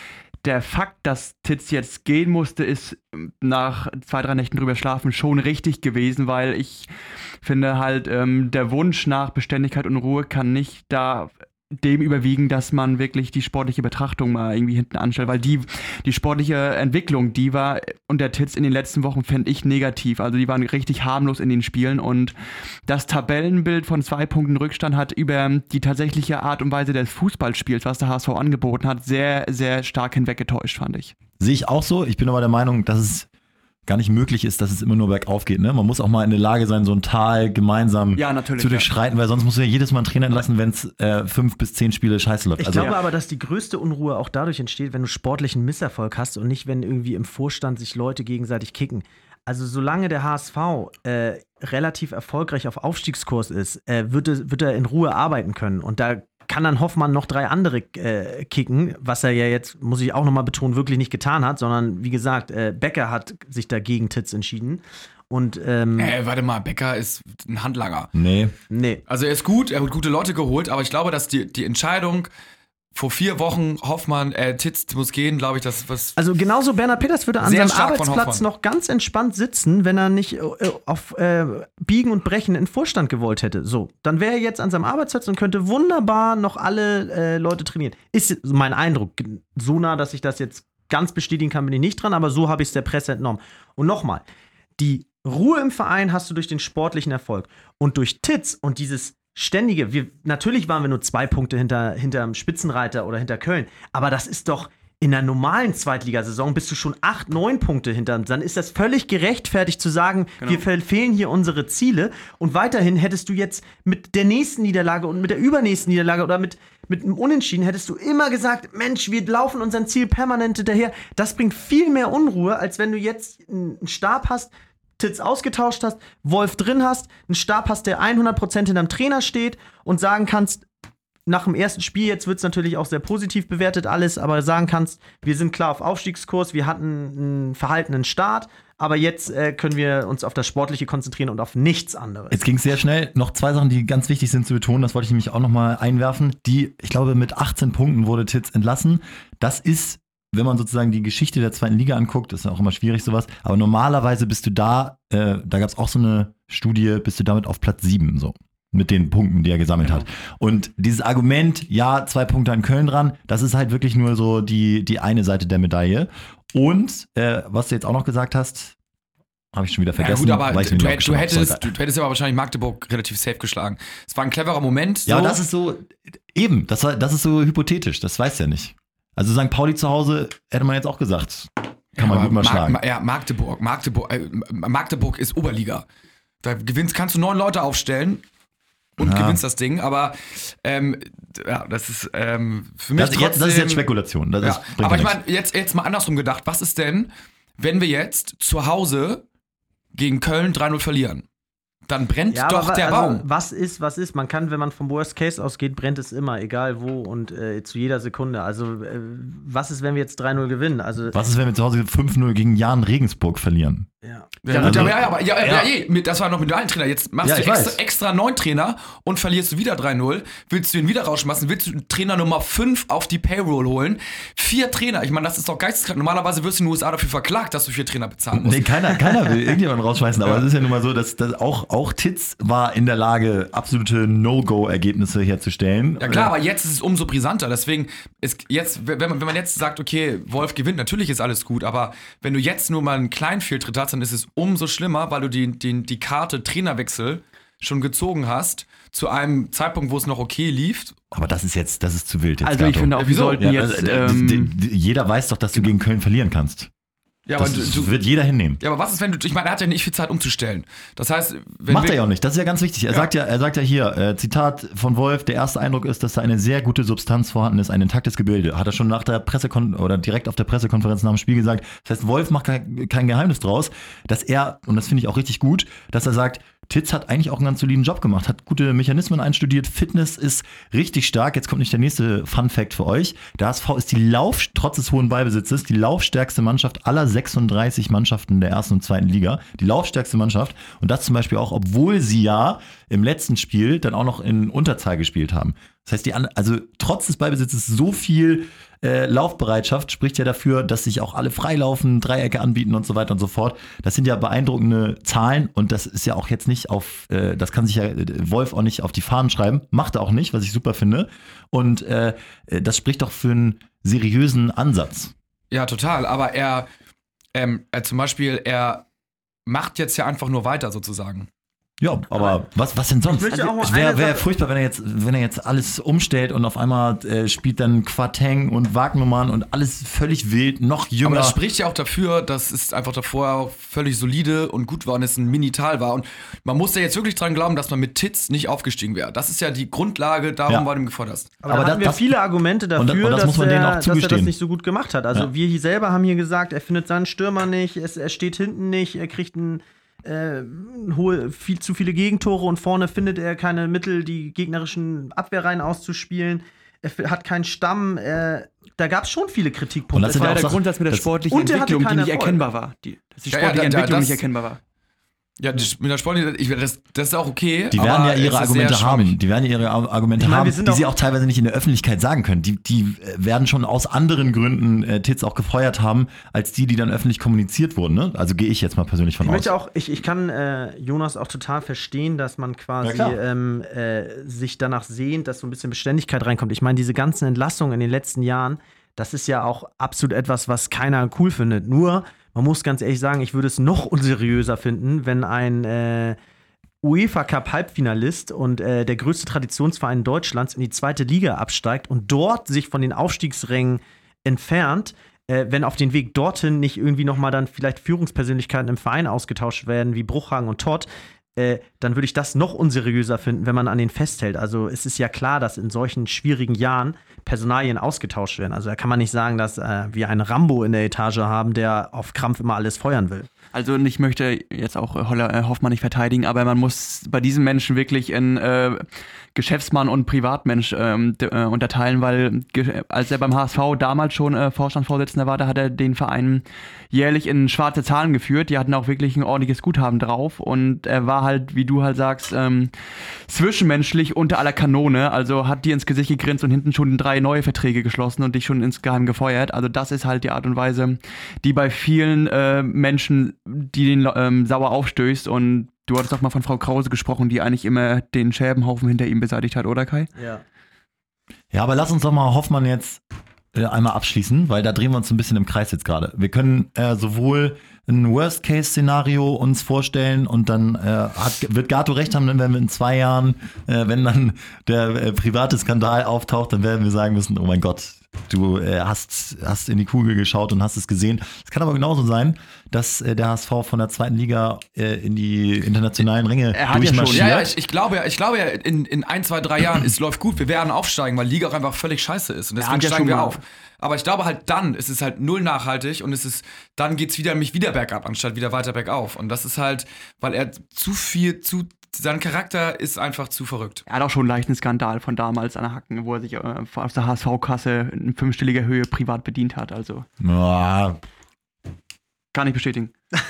der Fakt, dass Titz jetzt gehen musste, ist nach zwei, drei Nächten drüber schlafen schon richtig gewesen, weil ich finde halt, ähm, der Wunsch nach Beständigkeit und Ruhe kann nicht da dem überwiegen, dass man wirklich die sportliche Betrachtung mal irgendwie hinten anstellt, weil die, die sportliche Entwicklung, die war unter Titz in den letzten Wochen, fände ich, negativ. Also die waren richtig harmlos in den Spielen und das Tabellenbild von zwei Punkten Rückstand hat über die tatsächliche Art und Weise des Fußballspiels, was der H S V angeboten hat, sehr, sehr stark hinweggetäuscht, fand ich. Sehe ich auch so. Ich bin aber der Meinung, dass es gar nicht möglich ist, dass es immer nur bergauf geht. Ne? Man muss auch mal in der Lage sein, so ein Tal gemeinsam Ja, natürlich, zu durchschreiten, weil sonst musst du ja jedes Mal einen Trainer entlassen, wenn es äh, fünf bis zehn Spiele scheiße läuft. Ich Also, glaube aber, dass die größte Unruhe auch dadurch entsteht, wenn du sportlichen Misserfolg hast und nicht, wenn irgendwie im Vorstand sich Leute gegenseitig kicken. Also solange der H S V äh, relativ erfolgreich auf Aufstiegskurs ist, äh, wird, es, wird er in Ruhe arbeiten können. Und da kann dann Hoffmann noch drei andere äh, kicken, was er ja jetzt, muss ich auch nochmal betonen, wirklich nicht getan hat, sondern wie gesagt, äh, Becker hat sich dagegen Titz entschieden. Und, ähm, Äh, warte mal, Becker ist ein Handlanger. nee. nee. Also er ist gut, er hat gute Leute geholt, aber ich glaube, dass die, die Entscheidung vor vier Wochen Hoffmann, äh, Titz muss gehen, glaube ich, das was. Also genauso Bernhard Peters würde an Sehr seinem stark von Arbeitsplatz Hoffmann. noch ganz entspannt sitzen, wenn er nicht äh, auf äh, Biegen und Brechen in den Vorstand gewollt hätte. So, dann wäre er jetzt an seinem Arbeitsplatz und könnte wunderbar noch alle äh, Leute trainieren. Ist mein Eindruck. So nah, dass ich das jetzt ganz bestätigen kann, bin ich nicht dran, aber so habe ich es der Presse entnommen. Und nochmal, die Ruhe im Verein hast du durch den sportlichen Erfolg. Und durch Titz und dieses ständige, wir, natürlich waren wir nur zwei Punkte hinter hinterm Spitzenreiter oder hinter Köln, aber das ist doch in der normalen Zweitligasaison bist du schon acht, neun Punkte hinter. Dann ist das völlig gerechtfertigt zu sagen, Genau. wir verfehlen hier unsere Ziele. Und weiterhin hättest du jetzt mit der nächsten Niederlage und mit der übernächsten Niederlage oder mit, mit einem Unentschieden hättest du immer gesagt, Mensch, wir laufen unserem Ziel permanent hinterher. Das bringt viel mehr Unruhe, als wenn du jetzt einen Stab hast, Titz ausgetauscht hast, Wolf drin hast, einen Stab hast, der hundert Prozent hinterm Trainer steht und sagen kannst, nach dem ersten Spiel, jetzt wird es natürlich auch sehr positiv bewertet alles, aber sagen kannst, wir sind klar auf Aufstiegskurs, wir hatten einen verhaltenen Start, aber jetzt äh, können wir uns auf das Sportliche konzentrieren und auf nichts anderes. Jetzt ging es sehr schnell. Noch zwei Sachen, die ganz wichtig sind zu betonen, das wollte ich nämlich auch nochmal einwerfen. Die, ich glaube, mit achtzehn Punkten wurde Titz entlassen. Das ist, wenn man sozusagen die Geschichte der zweiten Liga anguckt, ist ja auch immer schwierig sowas, aber normalerweise bist du da, äh, da gab es auch so eine Studie, bist du damit auf Platz sieben so. Mit den Punkten, die er gesammelt Genau. hat. Und dieses Argument, ja, zwei Punkte an Köln dran, das ist halt wirklich nur so die, die eine Seite der Medaille. Und äh, was du jetzt auch noch gesagt hast, habe ich schon wieder Ja vergessen. gut, aber weil ich du, mir du, nicht aufgeschrieben hättest, habe. du, du hättest aber wahrscheinlich Magdeburg relativ safe geschlagen. Es war ein cleverer Moment. So. Ja, aber das ist so, eben, das, war, das ist so hypothetisch, das weißt du ja nicht. Also Sankt Pauli zu Hause hätte man jetzt auch gesagt, kann man Aber gut mal Mag- schlagen. Ma- ja, Magdeburg, Magdeburg, äh, Magdeburg ist Oberliga. Da gewinnst, kannst du neun Leute aufstellen und Ja. gewinnst das Ding, aber ähm, ja, das ist ähm, für mich Das, jetzt, das ist trotzdem- jetzt Spekulation. Das Ja. ist, bringt Aber ja ich nichts. meine, jetzt, jetzt mal andersrum gedacht, was ist denn, wenn wir jetzt zu Hause gegen Köln drei null verlieren? Dann brennt Ja, doch aber der also, Baum. was ist, was ist? Man kann, wenn man vom Worst Case ausgeht, brennt es immer, egal wo und äh, zu jeder Sekunde. Also, äh, was ist, wenn wir jetzt drei null gewinnen? Also, Was ist, wenn wir zu Hause fünf null gegen Jan Regensburg verlieren? ja. Ja, also- ja, ja, aber ja, ja. Ja. Ja, je, mit- das war noch mit dem alten Trainer. Jetzt machst Ja, du ich extra, weiß. extra neun Trainer und verlierst du wieder drei null. Willst du ihn wieder rausschmeißen? Willst du Trainer Nummer fünf auf die Payroll holen? Vier Trainer, ich meine, das ist doch geisteskrank. Normalerweise wirst du in den U S A dafür verklagt, dass du vier Trainer bezahlen musst. Nee, keiner, keiner will irgendjemanden rausschmeißen, aber Ja. es ist ja nun mal so, dass, dass auch, auch Titz war in der Lage, absolute No-Go-Ergebnisse herzustellen. Ja klar, aber jetzt ist es umso brisanter. Deswegen ist jetzt, wenn man, wenn man jetzt sagt, okay, Wolf gewinnt, natürlich ist alles gut, aber wenn du jetzt nur mal einen kleinen Fehltritt hast, dann ist es umso schlimmer, weil du die, die, die Karte Trainerwechsel schon gezogen hast, zu einem Zeitpunkt, wo es noch okay lief. Aber das ist jetzt, das ist zu wild jetzt. Also ich Gato. finde auch, wir Wieso? sollten ja, jetzt. also, äh, ähm, d- d- jeder weiß doch, dass du gegen Köln verlieren kannst. Ja, Das aber du, ist- du, wird jeder hinnehmen. ja, aber was ist, wenn du, ich meine, er hat ja nicht viel Zeit umzustellen. Das heißt, wenn Macht wir, er ja auch nicht, das ist ja ganz wichtig. Er Ja. sagt ja, er sagt ja hier, äh, Zitat von Wolf, der erste Eindruck ist, dass da eine sehr gute Substanz vorhanden ist, ein intaktes Gebilde. Hat er schon nach der Pressekon oder direkt auf der Pressekonferenz nach dem Spiel gesagt. Das heißt, Wolf macht kein, kein Geheimnis draus, dass er, und das finde ich auch richtig gut, dass er sagt, Titz hat eigentlich auch einen ganz soliden Job gemacht, hat gute Mechanismen einstudiert, Fitness ist richtig stark. Jetzt kommt nicht der nächste Fun-Fact für euch. Der H S V ist die Lauf, trotz des hohen Ballbesitzes, die laufstärkste Mannschaft aller sechsunddreißig Mannschaften der ersten und zweiten Liga. Die laufstärkste Mannschaft. Und das zum Beispiel auch, obwohl sie ja im letzten Spiel dann auch noch in Unterzahl gespielt haben. Das heißt, die an, also trotz des Ballbesitzes so viel äh, Laufbereitschaft spricht ja dafür, dass sich auch alle freilaufen, Dreiecke anbieten und so weiter und so fort. Das sind ja beeindruckende Zahlen und das ist ja auch jetzt nicht auf, äh, das kann sich ja Wolf auch nicht auf die Fahnen schreiben, macht er auch nicht, was ich super finde. Und äh, das spricht doch für einen seriösen Ansatz. Ja, total. Aber er, ähm, er zum Beispiel, er macht jetzt ja einfach nur weiter sozusagen. Ja, aber was, was denn sonst? möchte auch mal Es wäre eine wär Sache- furchtbar, wenn er jetzt, wenn er jetzt alles umstellt und auf einmal äh, spielt dann Quateng und Wagnumann und alles völlig wild, noch jünger. Aber das spricht ja auch dafür, dass es einfach davor auch völlig solide und gut war und es ein Minital war. Und man muss ja jetzt wirklich dran glauben, dass man mit Titz nicht aufgestiegen wäre. Das ist ja die Grundlage, darum Ja. war dem gefordert. Aber, Aber da da- hatten wir das- viele Argumente dafür, und das- und das dass, muss man denen er, auch dass er das zugestehen. nicht so gut gemacht hat. Also Ja. wir hier selber haben hier gesagt, er findet seinen Stürmer nicht, es, er steht hinten nicht, er kriegt ein, äh, hohe, viel zu viele Gegentore und vorne findet er keine Mittel, die gegnerischen Abwehrreihen auszuspielen. Er f- hat keinen Stamm. Äh, da gab es schon viele Kritikpunkte. Und das Es sind war ja War auch der Sachen- Grundsatz mit der das- sportlichen Und er hatte Entwicklung, die keinen nicht Erfolg. erkennbar war. Die, dass die Ja, ja, sportliche da- da- Entwicklung das- nicht erkennbar war. Ja, das, mit der Sportlichen, ich, das, das ist auch okay. Die aber werden ja es ihre ist sehr Argumente schwammig. haben. Die werden ja ihre Ar- Argumente Ich meine, haben, wir sind die auch- sie auch teilweise nicht in der Öffentlichkeit sagen können. Die, die äh, werden schon aus anderen Gründen äh, Titz auch gefeuert haben, als die, die dann öffentlich kommuniziert wurden. Ne? Also gehe ich jetzt mal persönlich von Ich aus. möchte auch, ich, ich kann äh, Jonas auch total verstehen, dass man quasi Ja, klar. ähm, äh, sich danach sehnt, dass so ein bisschen Beständigkeit reinkommt. Ich meine, diese ganzen Entlassungen in den letzten Jahren, das ist ja auch absolut etwas, was keiner cool findet. Nur, man muss ganz ehrlich sagen, ich würde es noch unseriöser finden, wenn ein äh, UEFA-Cup-Halbfinalist und äh, der größte Traditionsverein Deutschlands in die zweite Liga absteigt und dort sich von den Aufstiegsrängen entfernt, äh, wenn auf den Weg dorthin nicht irgendwie nochmal dann vielleicht Führungspersönlichkeiten im Verein ausgetauscht werden, wie Bruchhagen und Todd, äh, dann würde ich das noch unseriöser finden, wenn man an den festhält. Also es ist ja klar, dass in solchen schwierigen Jahren Personalien ausgetauscht werden. Also da kann man nicht sagen, dass äh, wir einen Rambo in der Etage haben, der auf Krampf immer alles feuern will. Also und ich möchte jetzt auch Holler, äh, Hoffmann nicht verteidigen, aber man muss bei diesen Menschen wirklich in äh, Geschäftsmann und Privatmensch ähm, d- äh, unterteilen, weil ge- als er beim H S V damals schon äh, Vorstandsvorsitzender war, da hat er den Verein jährlich in schwarze Zahlen geführt. Die hatten auch wirklich ein ordentliches Guthaben drauf und er war halt, wie du halt sagst, ähm, zwischenmenschlich unter aller Kanone. Also hat dir ins Gesicht gegrinst und hinten schon drei neue Verträge geschlossen und dich schon insgeheim gefeuert. Also das ist halt die Art und Weise, die bei vielen äh, Menschen, die den ähm, sauer aufstößt. Und du hattest auch mal von Frau Krause gesprochen, die eigentlich immer den Scherbenhaufen hinter ihm beseitigt hat, oder Kai? Ja. Ja, aber lass uns doch mal Hoffmann jetzt äh, einmal abschließen, weil da drehen wir uns ein bisschen im Kreis jetzt gerade. Wir können äh, sowohl ein Worst-Case-Szenario uns vorstellen und dann äh, hat, wird Gato recht haben, wenn wir in zwei Jahren, äh, wenn dann der äh, private Skandal auftaucht, dann werden wir sagen müssen, oh mein Gott, du äh, hast, hast in die Kugel geschaut und hast es gesehen. Es kann aber genauso sein, dass äh, der H S V von der zweiten Liga äh, in die internationalen Ränge Er hat ja schon- durchmarschiert. Ja, ja, ich, ich glaube ja, ich glaube ja, in, in ein, zwei, drei Jahren, es läuft gut, wir werden aufsteigen, weil Liga auch einfach völlig scheiße ist. Und deswegen hat ja steigen schon wir mal- auf. Aber ich glaube halt dann, es ist halt null nachhaltig und es ist, dann geht's wieder mich wieder bergab, anstatt wieder weiter bergauf. Und das ist halt, weil er zu viel, zu, sein Charakter ist einfach zu verrückt. Er hat auch schon einen leichten Skandal von damals an der Hacken, wo er sich äh, aus der H S V-Kasse in fünfstelliger Höhe privat bedient hat. Also Ja, kann ich bestätigen.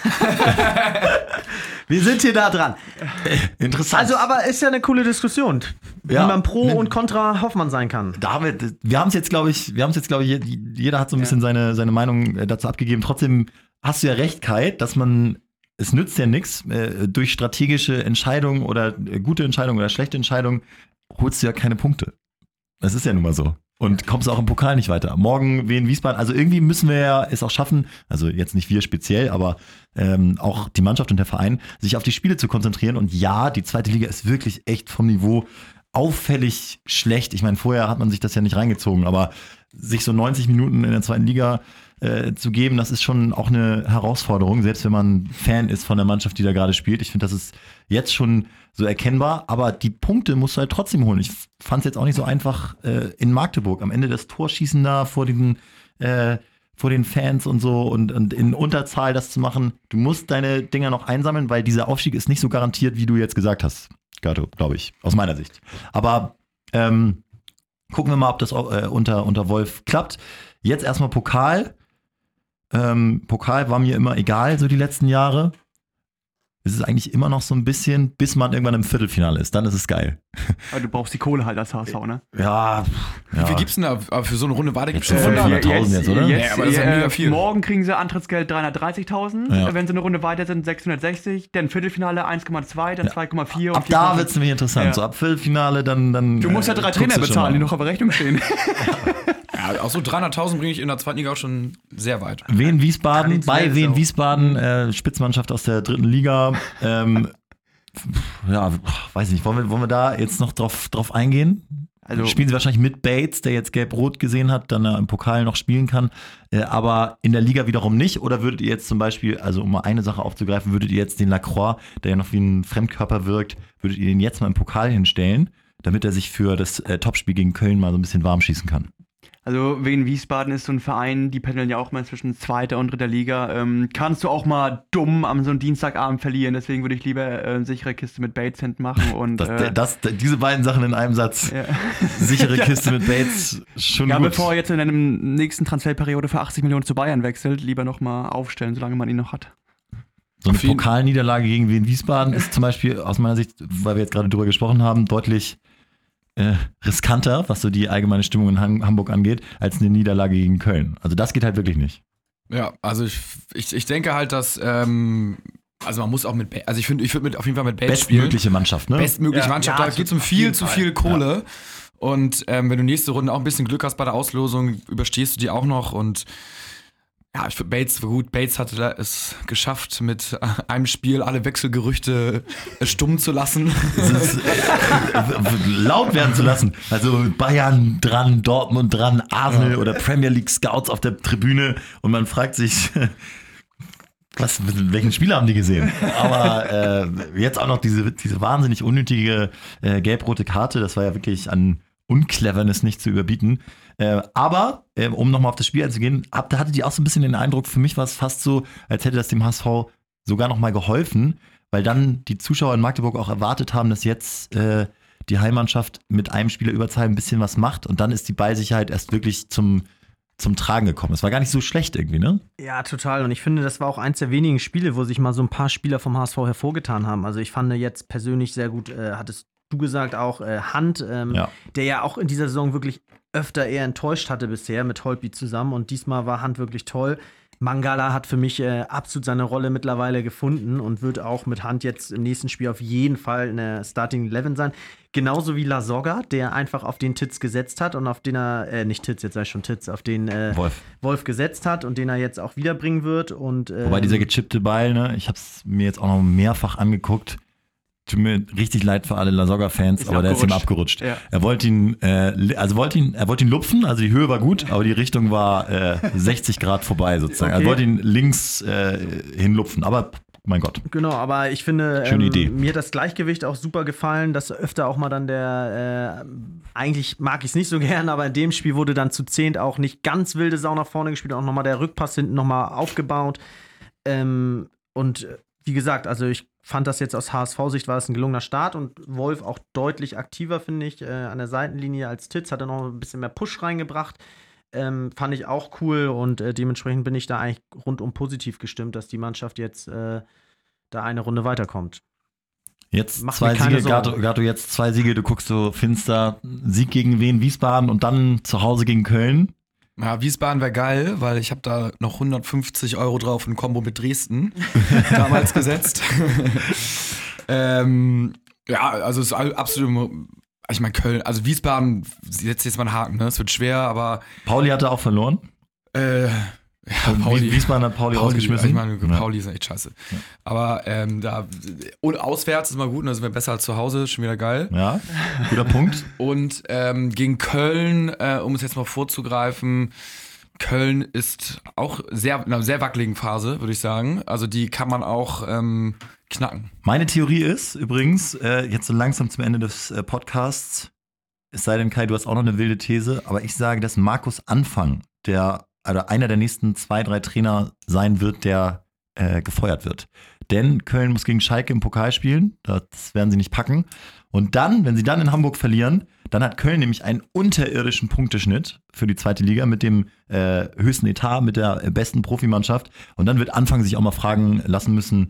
Wir sind hier da dran. interessant. Also, aber ist ja eine coole Diskussion, Ja. wie man pro Ne- und contra Hoffmann sein kann. David, wir haben es jetzt, glaube ich, wir haben es jetzt, glaube ich, jeder hat so ein bisschen seine, seine Meinung äh, dazu abgegeben. Trotzdem hast du ja recht, Kai, dass man, es nützt ja nichts, äh, durch strategische Entscheidungen oder äh, gute Entscheidungen oder schlechte Entscheidungen holst du ja keine Punkte. Das ist ja nun mal so. Und kommst auch im Pokal nicht weiter. Morgen Wien Wiesbaden, also irgendwie müssen wir ja es auch schaffen, also jetzt nicht wir speziell, aber ähm, auch die Mannschaft und der Verein, sich auf die Spiele zu konzentrieren. Und ja, die zweite Liga ist wirklich echt vom Niveau auffällig schlecht. Ich meine, vorher hat man sich das ja nicht reingezogen, aber sich so neunzig Minuten in der zweiten Liga äh, zu geben, das ist schon auch eine Herausforderung, selbst wenn man Fan ist von der Mannschaft, die da gerade spielt. Ich finde, das ist jetzt schon so erkennbar, aber die Punkte musst du halt trotzdem holen. Ich fand es jetzt auch nicht so einfach äh, in Magdeburg. Am Ende das Torschießen da vor diesen äh, vor den Fans und so und, und in Unterzahl das zu machen. Du musst deine Dinger noch einsammeln, weil dieser Aufstieg ist nicht so garantiert, wie du jetzt gesagt hast, Gato, glaube ich, aus meiner Sicht. Aber ähm, gucken wir mal, ob das äh, unter, unter Wolf klappt. Jetzt erstmal Pokal. Ähm, Pokal war mir immer egal, so die letzten Jahre. ist es eigentlich immer noch so ein bisschen, bis man irgendwann im Viertelfinale ist. Dann ist es geil. Aber du brauchst die Kohle halt als H S V, ne? Ja. Wie ja. viel gibt's denn da für so eine Runde Warte? Gibt's Jetzt schon sind fünfhundert? fünfhunderttausend jetzt, oder? Jetzt, Ja, aber das ist ja äh, mega viel. Morgen kriegen sie Antrittsgeld dreihundertdreißigtausend. Ja. Wenn sie eine Runde weiter sind, sechshundertsechzig. Dann Viertelfinale eins Komma zwei, dann zwei Komma vier. Ab da wird es nämlich interessant. Ja. So ab Viertelfinale, dann. dann Du musst ja äh, drei guckst Trainer du schon bezahlen, mal. die noch auf der Rechnung stehen. Ja, auch so dreihunderttausend bringe ich in der zweiten Liga auch schon sehr weit. Wien Wiesbaden, Traditionell bei ist Wien auch. Wiesbaden, äh, Spitzenmannschaft aus der dritten Liga. Ähm, ja, weiß nicht, wollen wir, wollen wir da jetzt noch drauf, drauf eingehen? Also- Spielen sie wahrscheinlich mit Bates, der jetzt gelb-rot gesehen hat, dann er im Pokal noch spielen kann, äh, aber in der Liga wiederum nicht? Oder würdet ihr jetzt zum Beispiel, also um mal eine Sache aufzugreifen, würdet ihr jetzt den Lacroix, der ja noch wie ein Fremdkörper wirkt, würdet ihr den jetzt mal im Pokal hinstellen, damit er sich für das äh, Topspiel gegen Köln mal so ein bisschen warm schießen kann? Also Wien Wiesbaden ist so ein Verein, die pendeln ja auch mal zwischen zweiter und dritter Liga. Ähm, kannst du auch mal dumm am so einem Dienstagabend verlieren. Deswegen würde ich lieber äh, sichere Kiste mit Bates hinten machen. Und, Das, äh, das, diese beiden Sachen in einem Satz. ja. Sichere Kiste mit Bates, schon Ja, gut. bevor er jetzt in der nächsten Transferperiode für achtzig Millionen zu Bayern wechselt, lieber nochmal aufstellen, solange man ihn noch hat. So eine Auf jeden- Pokalniederlage gegen Wien Wiesbaden ist zum Beispiel aus meiner Sicht, weil wir jetzt gerade drüber gesprochen haben, deutlich äh, riskanter, was so die allgemeine Stimmung in Han- Hamburg angeht, als eine Niederlage gegen Köln. Also das geht halt wirklich nicht. Ja, also ich, ich, ich denke halt, dass, ähm, also man muss auch mit, Ba- also ich finde, ich würde mit, auf jeden Fall mit Bates spielen. Bestmögliche Mannschaft, ne? Bestmögliche Ja, Mannschaft, ja, da geht es auf um viel jeden zu Fall. viel Kohle. Und ähm, wenn du nächste Runde auch ein bisschen Glück hast bei der Auslosung, überstehst du die auch noch. Und ja, ich finde Bates, gut, Bates hat es geschafft, mit äh, einem Spiel alle Wechselgerüchte äh, stumm zu lassen. Es ist, äh, laut werden zu lassen. Also Bayern dran, Dortmund dran, Arsenal oder Premier League Scouts auf der Tribüne und man fragt sich, was, welchen Spieler haben die gesehen? Aber äh, jetzt auch noch diese, diese wahnsinnig unnötige äh, gelb-rote Karte, das war ja wirklich an Uncleverness nicht zu überbieten. Äh, aber, äh, um nochmal auf das Spiel einzugehen, hab, da hattet ihr auch so ein bisschen den Eindruck, für mich war es fast so, als hätte das dem H S V sogar nochmal geholfen, weil dann die Zuschauer in Magdeburg auch erwartet haben, dass jetzt äh, die Heimmannschaft mit einem Spieler Überzahl ein bisschen was macht und dann ist die Ballsicherheit erst wirklich zum, zum Tragen gekommen. Es war gar nicht so schlecht irgendwie, ne? Ja, total. Und ich finde, das war auch eins der wenigen Spiele, wo sich mal so ein paar Spieler vom H S V hervorgetan haben. Also ich fand jetzt persönlich sehr gut, äh, hattest du gesagt, auch äh, Hand, ähm, Ja. der ja auch in dieser Saison wirklich öfter eher enttäuscht hatte bisher mit Holtby zusammen. Und diesmal war Hand wirklich toll. Mangala hat für mich äh, absolut seine Rolle mittlerweile gefunden und wird auch mit Hand jetzt im nächsten Spiel auf jeden Fall in der Starting Eleven sein. Genauso wie Lasogga, der einfach auf den Titz gesetzt hat und auf den er, äh, nicht Titz, jetzt sag ich schon Titz, auf den äh, Wolf. Wolf gesetzt hat und den er jetzt auch wiederbringen wird. Und, ähm, Wobei dieser gechippte Ball, ne, ich habe es mir jetzt auch noch mehrfach angeguckt. Tut mir richtig leid für alle Lasogga-Fans, Ist aber der ist ihm abgerutscht. abgerutscht. Ja. Er wollte ihn, äh, li- also wollte ihn, er wollte ihn lupfen, also die Höhe war gut, aber die Richtung war äh, sechzig Grad vorbei sozusagen. Okay. Er wollte ihn links äh, hinlupfen, aber mein Gott. Genau, aber ich finde, Schöne ähm, Idee. mir hat das Gleichgewicht auch super gefallen, dass öfter auch mal dann der, äh, eigentlich mag ich es nicht so gern, aber in dem Spiel wurde dann zu zehnt auch nicht ganz wilde Sau nach vorne gespielt, auch nochmal der Rückpass hinten nochmal aufgebaut. Ähm, und äh, wie gesagt, also ich fand das jetzt aus H S V-Sicht war es ein gelungener Start und Wolf auch deutlich aktiver, finde ich, äh, an der Seitenlinie als Titz, hat er noch ein bisschen mehr Push reingebracht. Ähm, fand ich auch cool und äh, dementsprechend bin ich da eigentlich rundum positiv gestimmt, dass die Mannschaft jetzt äh, da eine Runde weiterkommt. Jetzt Mach zwei mir keine Siege, Gato, Sorgen. Gato jetzt zwei Siege, du guckst so finster, Sieg gegen Wien Wiesbaden und dann zu Hause gegen Köln. Ja, Wiesbaden wäre geil, weil ich habe da noch hundertfünfzig Euro drauf in Kombo mit Dresden damals gesetzt. ähm, ja, also es ist absolut, ich meine Köln, also Wiesbaden setzt jetzt mal einen Haken, ne? Es wird schwer, aber Pauli hatte auch verloren. äh, ja, Wie- Wiesbaden hat Pauli, rausgeschmissen. Ich meine, Ja. Pauli ist echt scheiße. Aber ähm, da und auswärts ist mal gut, da sind wir besser als zu Hause, schon wieder geil. Ja, guter Punkt. Und ähm, gegen Köln, äh, um es jetzt mal vorzugreifen, Köln ist auch sehr, in einer sehr wackeligen Phase, würde ich sagen. Also die kann man auch ähm, knacken. Meine Theorie ist übrigens, äh, jetzt so langsam zum Ende des äh, Podcasts, es sei denn, Kai, du hast auch noch eine wilde These, aber ich sage, dass Markus Anfang, der also einer der nächsten zwei, drei Trainer sein wird, der äh, gefeuert wird. Denn Köln muss gegen Schalke im Pokal spielen, das werden sie nicht packen. Und dann, wenn sie dann in Hamburg verlieren, dann hat Köln nämlich einen unterirdischen Punkteschnitt für die zweite Liga mit dem äh, höchsten Etat, mit der äh, besten Profimannschaft. Und dann wird Anfang sich auch mal fragen lassen müssen,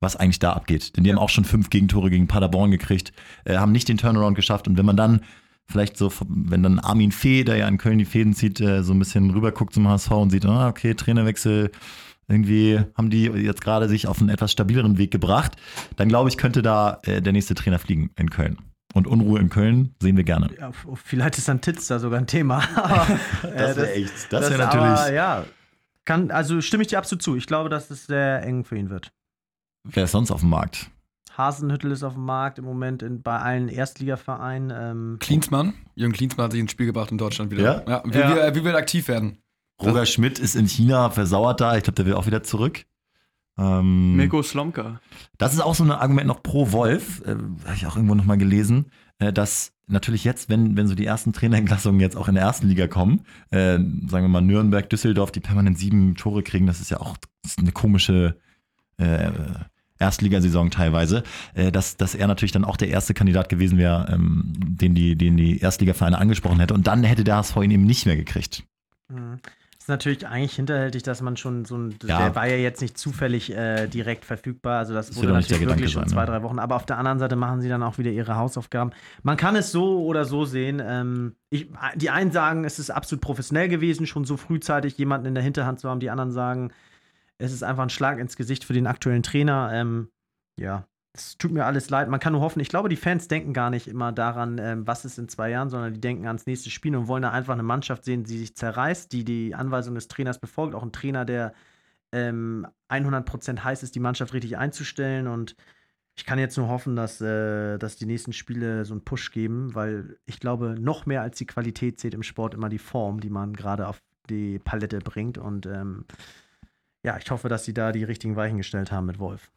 was eigentlich da abgeht. Denn die haben auch schon fünf Gegentore gegen Paderborn gekriegt, äh, haben nicht den Turnaround geschafft. Und wenn man dann vielleicht so, wenn dann Armin Fee, der ja in Köln die Fäden zieht, äh, so ein bisschen rüberguckt zum H S V und sieht, ah, okay, Trainerwechsel, irgendwie haben die jetzt gerade sich auf einen etwas stabileren Weg gebracht, dann glaube ich, könnte da äh, der nächste Trainer fliegen in Köln. Und Unruhe in Köln sehen wir gerne. Ja, vielleicht ist dann Titz da sogar ein Thema. Aber, äh, das wäre echt, das, das wäre aber, natürlich. Ja, kann, also stimme ich dir absolut zu. Ich glaube, dass es sehr eng für ihn wird. Wer ist sonst auf dem Markt? Hasenhüttl ist auf dem Markt im Moment in, bei allen Erstligavereinen. Ähm, Klinsmann, Jürgen Klinsmann hat sich ins Spiel gebracht in Deutschland wieder. Ja? Ja, wie, Ja. Wir, wie will aktiv werden? Roger Schmidt ist in China versauert da. Ich glaube, der will auch wieder zurück. Ähm, Mirko Slomka. Das ist auch so ein Argument noch pro Wolf, äh, habe ich auch irgendwo nochmal gelesen, äh, dass natürlich jetzt, wenn, wenn so die ersten Trainerentlassungen jetzt auch in der ersten Liga kommen, äh, sagen wir mal Nürnberg, Düsseldorf, die permanent sieben Tore kriegen, das ist ja auch das ist eine komische äh, Erstligasaison teilweise, äh, dass, dass er natürlich dann auch der erste Kandidat gewesen wäre, ähm, den, die, den die Erstligavereine angesprochen hätte. Und dann hätte der H S V ihn eben nicht mehr gekriegt. Mhm. Ist natürlich eigentlich hinterhältig, dass man schon so ein, Ja. der war ja jetzt nicht zufällig äh, direkt verfügbar, also das, Das wurde wird auch nicht natürlich der wirklich Gedanke schon sein, zwei, ne? drei Wochen, aber auf der anderen Seite machen sie dann auch wieder ihre Hausaufgaben. Man kann es so oder so sehen, ähm, ich, die einen sagen, es ist absolut professionell gewesen, schon so frühzeitig jemanden in der Hinterhand zu haben, die anderen sagen, es ist einfach ein Schlag ins Gesicht für den aktuellen Trainer, ähm, ja. Es tut mir alles leid. Man kann nur hoffen, ich glaube, die Fans denken gar nicht immer daran, ähm, was ist in zwei Jahren, sondern die denken ans nächste Spiel und wollen da einfach eine Mannschaft sehen, die sich zerreißt, die die Anweisung des Trainers befolgt. Auch ein Trainer, der ähm, hundert Prozent heiß ist, die Mannschaft richtig einzustellen. Und ich kann jetzt nur hoffen, dass, äh, dass die nächsten Spiele so einen Push geben, weil ich glaube, noch mehr als die Qualität zählt im Sport immer die Form, die man gerade auf die Palette bringt. Und ähm, ja, ich hoffe, dass sie da die richtigen Weichen gestellt haben mit Wolf.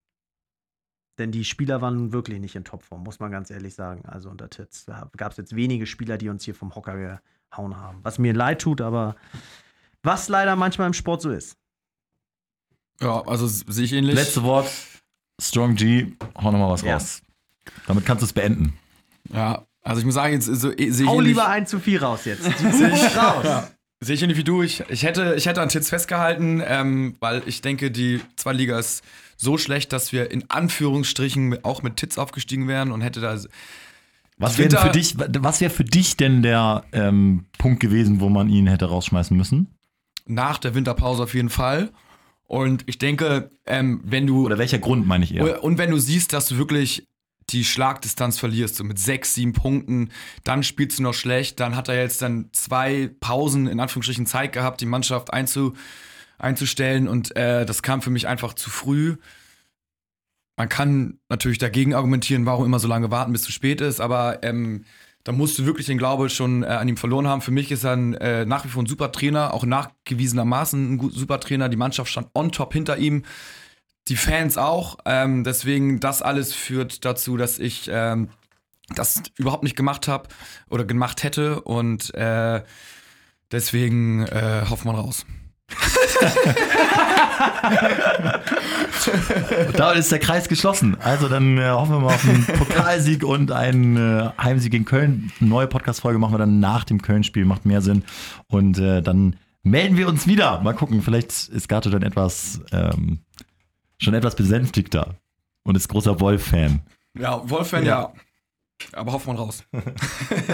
Denn die Spieler waren wirklich nicht in Topform, muss man ganz ehrlich sagen. Also unter Titz. Da gab es jetzt wenige Spieler, die uns hier vom Hocker gehauen haben. Was mir leid tut, aber was leider manchmal im Sport so ist. Ja, also s- sehe ich ähnlich. Letzte Wort, Strong G, hau nochmal was Ja. raus. Damit kannst du es beenden. Ja, also ich muss sagen, jetzt so, eh- sehe ich Hau ähnlich. lieber ein zu viel raus jetzt. Die sehe ich raus. Ja. Sehe ich ähnlich wie du. Ich, ich, hätte, ich hätte an Titz festgehalten, ähm, weil ich denke, die zweite Liga ist so schlecht, dass wir in Anführungsstrichen mit- auch mit Titz aufgestiegen wären und hätte da. Was wäre Winter- für dich, was wäre für dich denn der ähm, Punkt gewesen, wo man ihn hätte rausschmeißen müssen? Nach der Winterpause auf jeden Fall. Und ich denke, ähm, wenn du. Oder welcher Grund meine ich eher? Und wenn du siehst, dass du wirklich die Schlagdistanz verlierst, so mit sechs, sieben Punkten, dann spielst du noch schlecht, dann hat er jetzt dann zwei Pausen in Anführungsstrichen Zeit gehabt, die Mannschaft einzu, einzustellen und äh, das kam für mich einfach zu früh. Man kann natürlich dagegen argumentieren, warum immer so lange warten, bis zu spät ist, aber ähm, da musst du wirklich den Glaube schon äh, an ihm verloren haben. Für mich ist er ein, äh, nach wie vor ein super Trainer, auch nachgewiesenermaßen ein gut, super Trainer. Die Mannschaft stand on top hinter ihm. Die Fans auch. Ähm, deswegen, das alles führt dazu, dass ich ähm, das überhaupt nicht gemacht habe oder gemacht hätte. Und äh, deswegen äh, hoffen wir raus. Damit ist der Kreis geschlossen. Also dann äh, hoffen wir mal auf einen Pokalsieg und einen äh, Heimsieg gegen Köln. Eine neue Podcast-Folge machen wir dann nach dem Köln-Spiel, macht mehr Sinn. Und äh, dann melden wir uns wieder. Mal gucken, vielleicht ist Gato dann etwas, ähm, schon etwas besänftigter und ist großer Wolf-Fan. Ja, Wolfan, ja. Aber hoffen wir raus.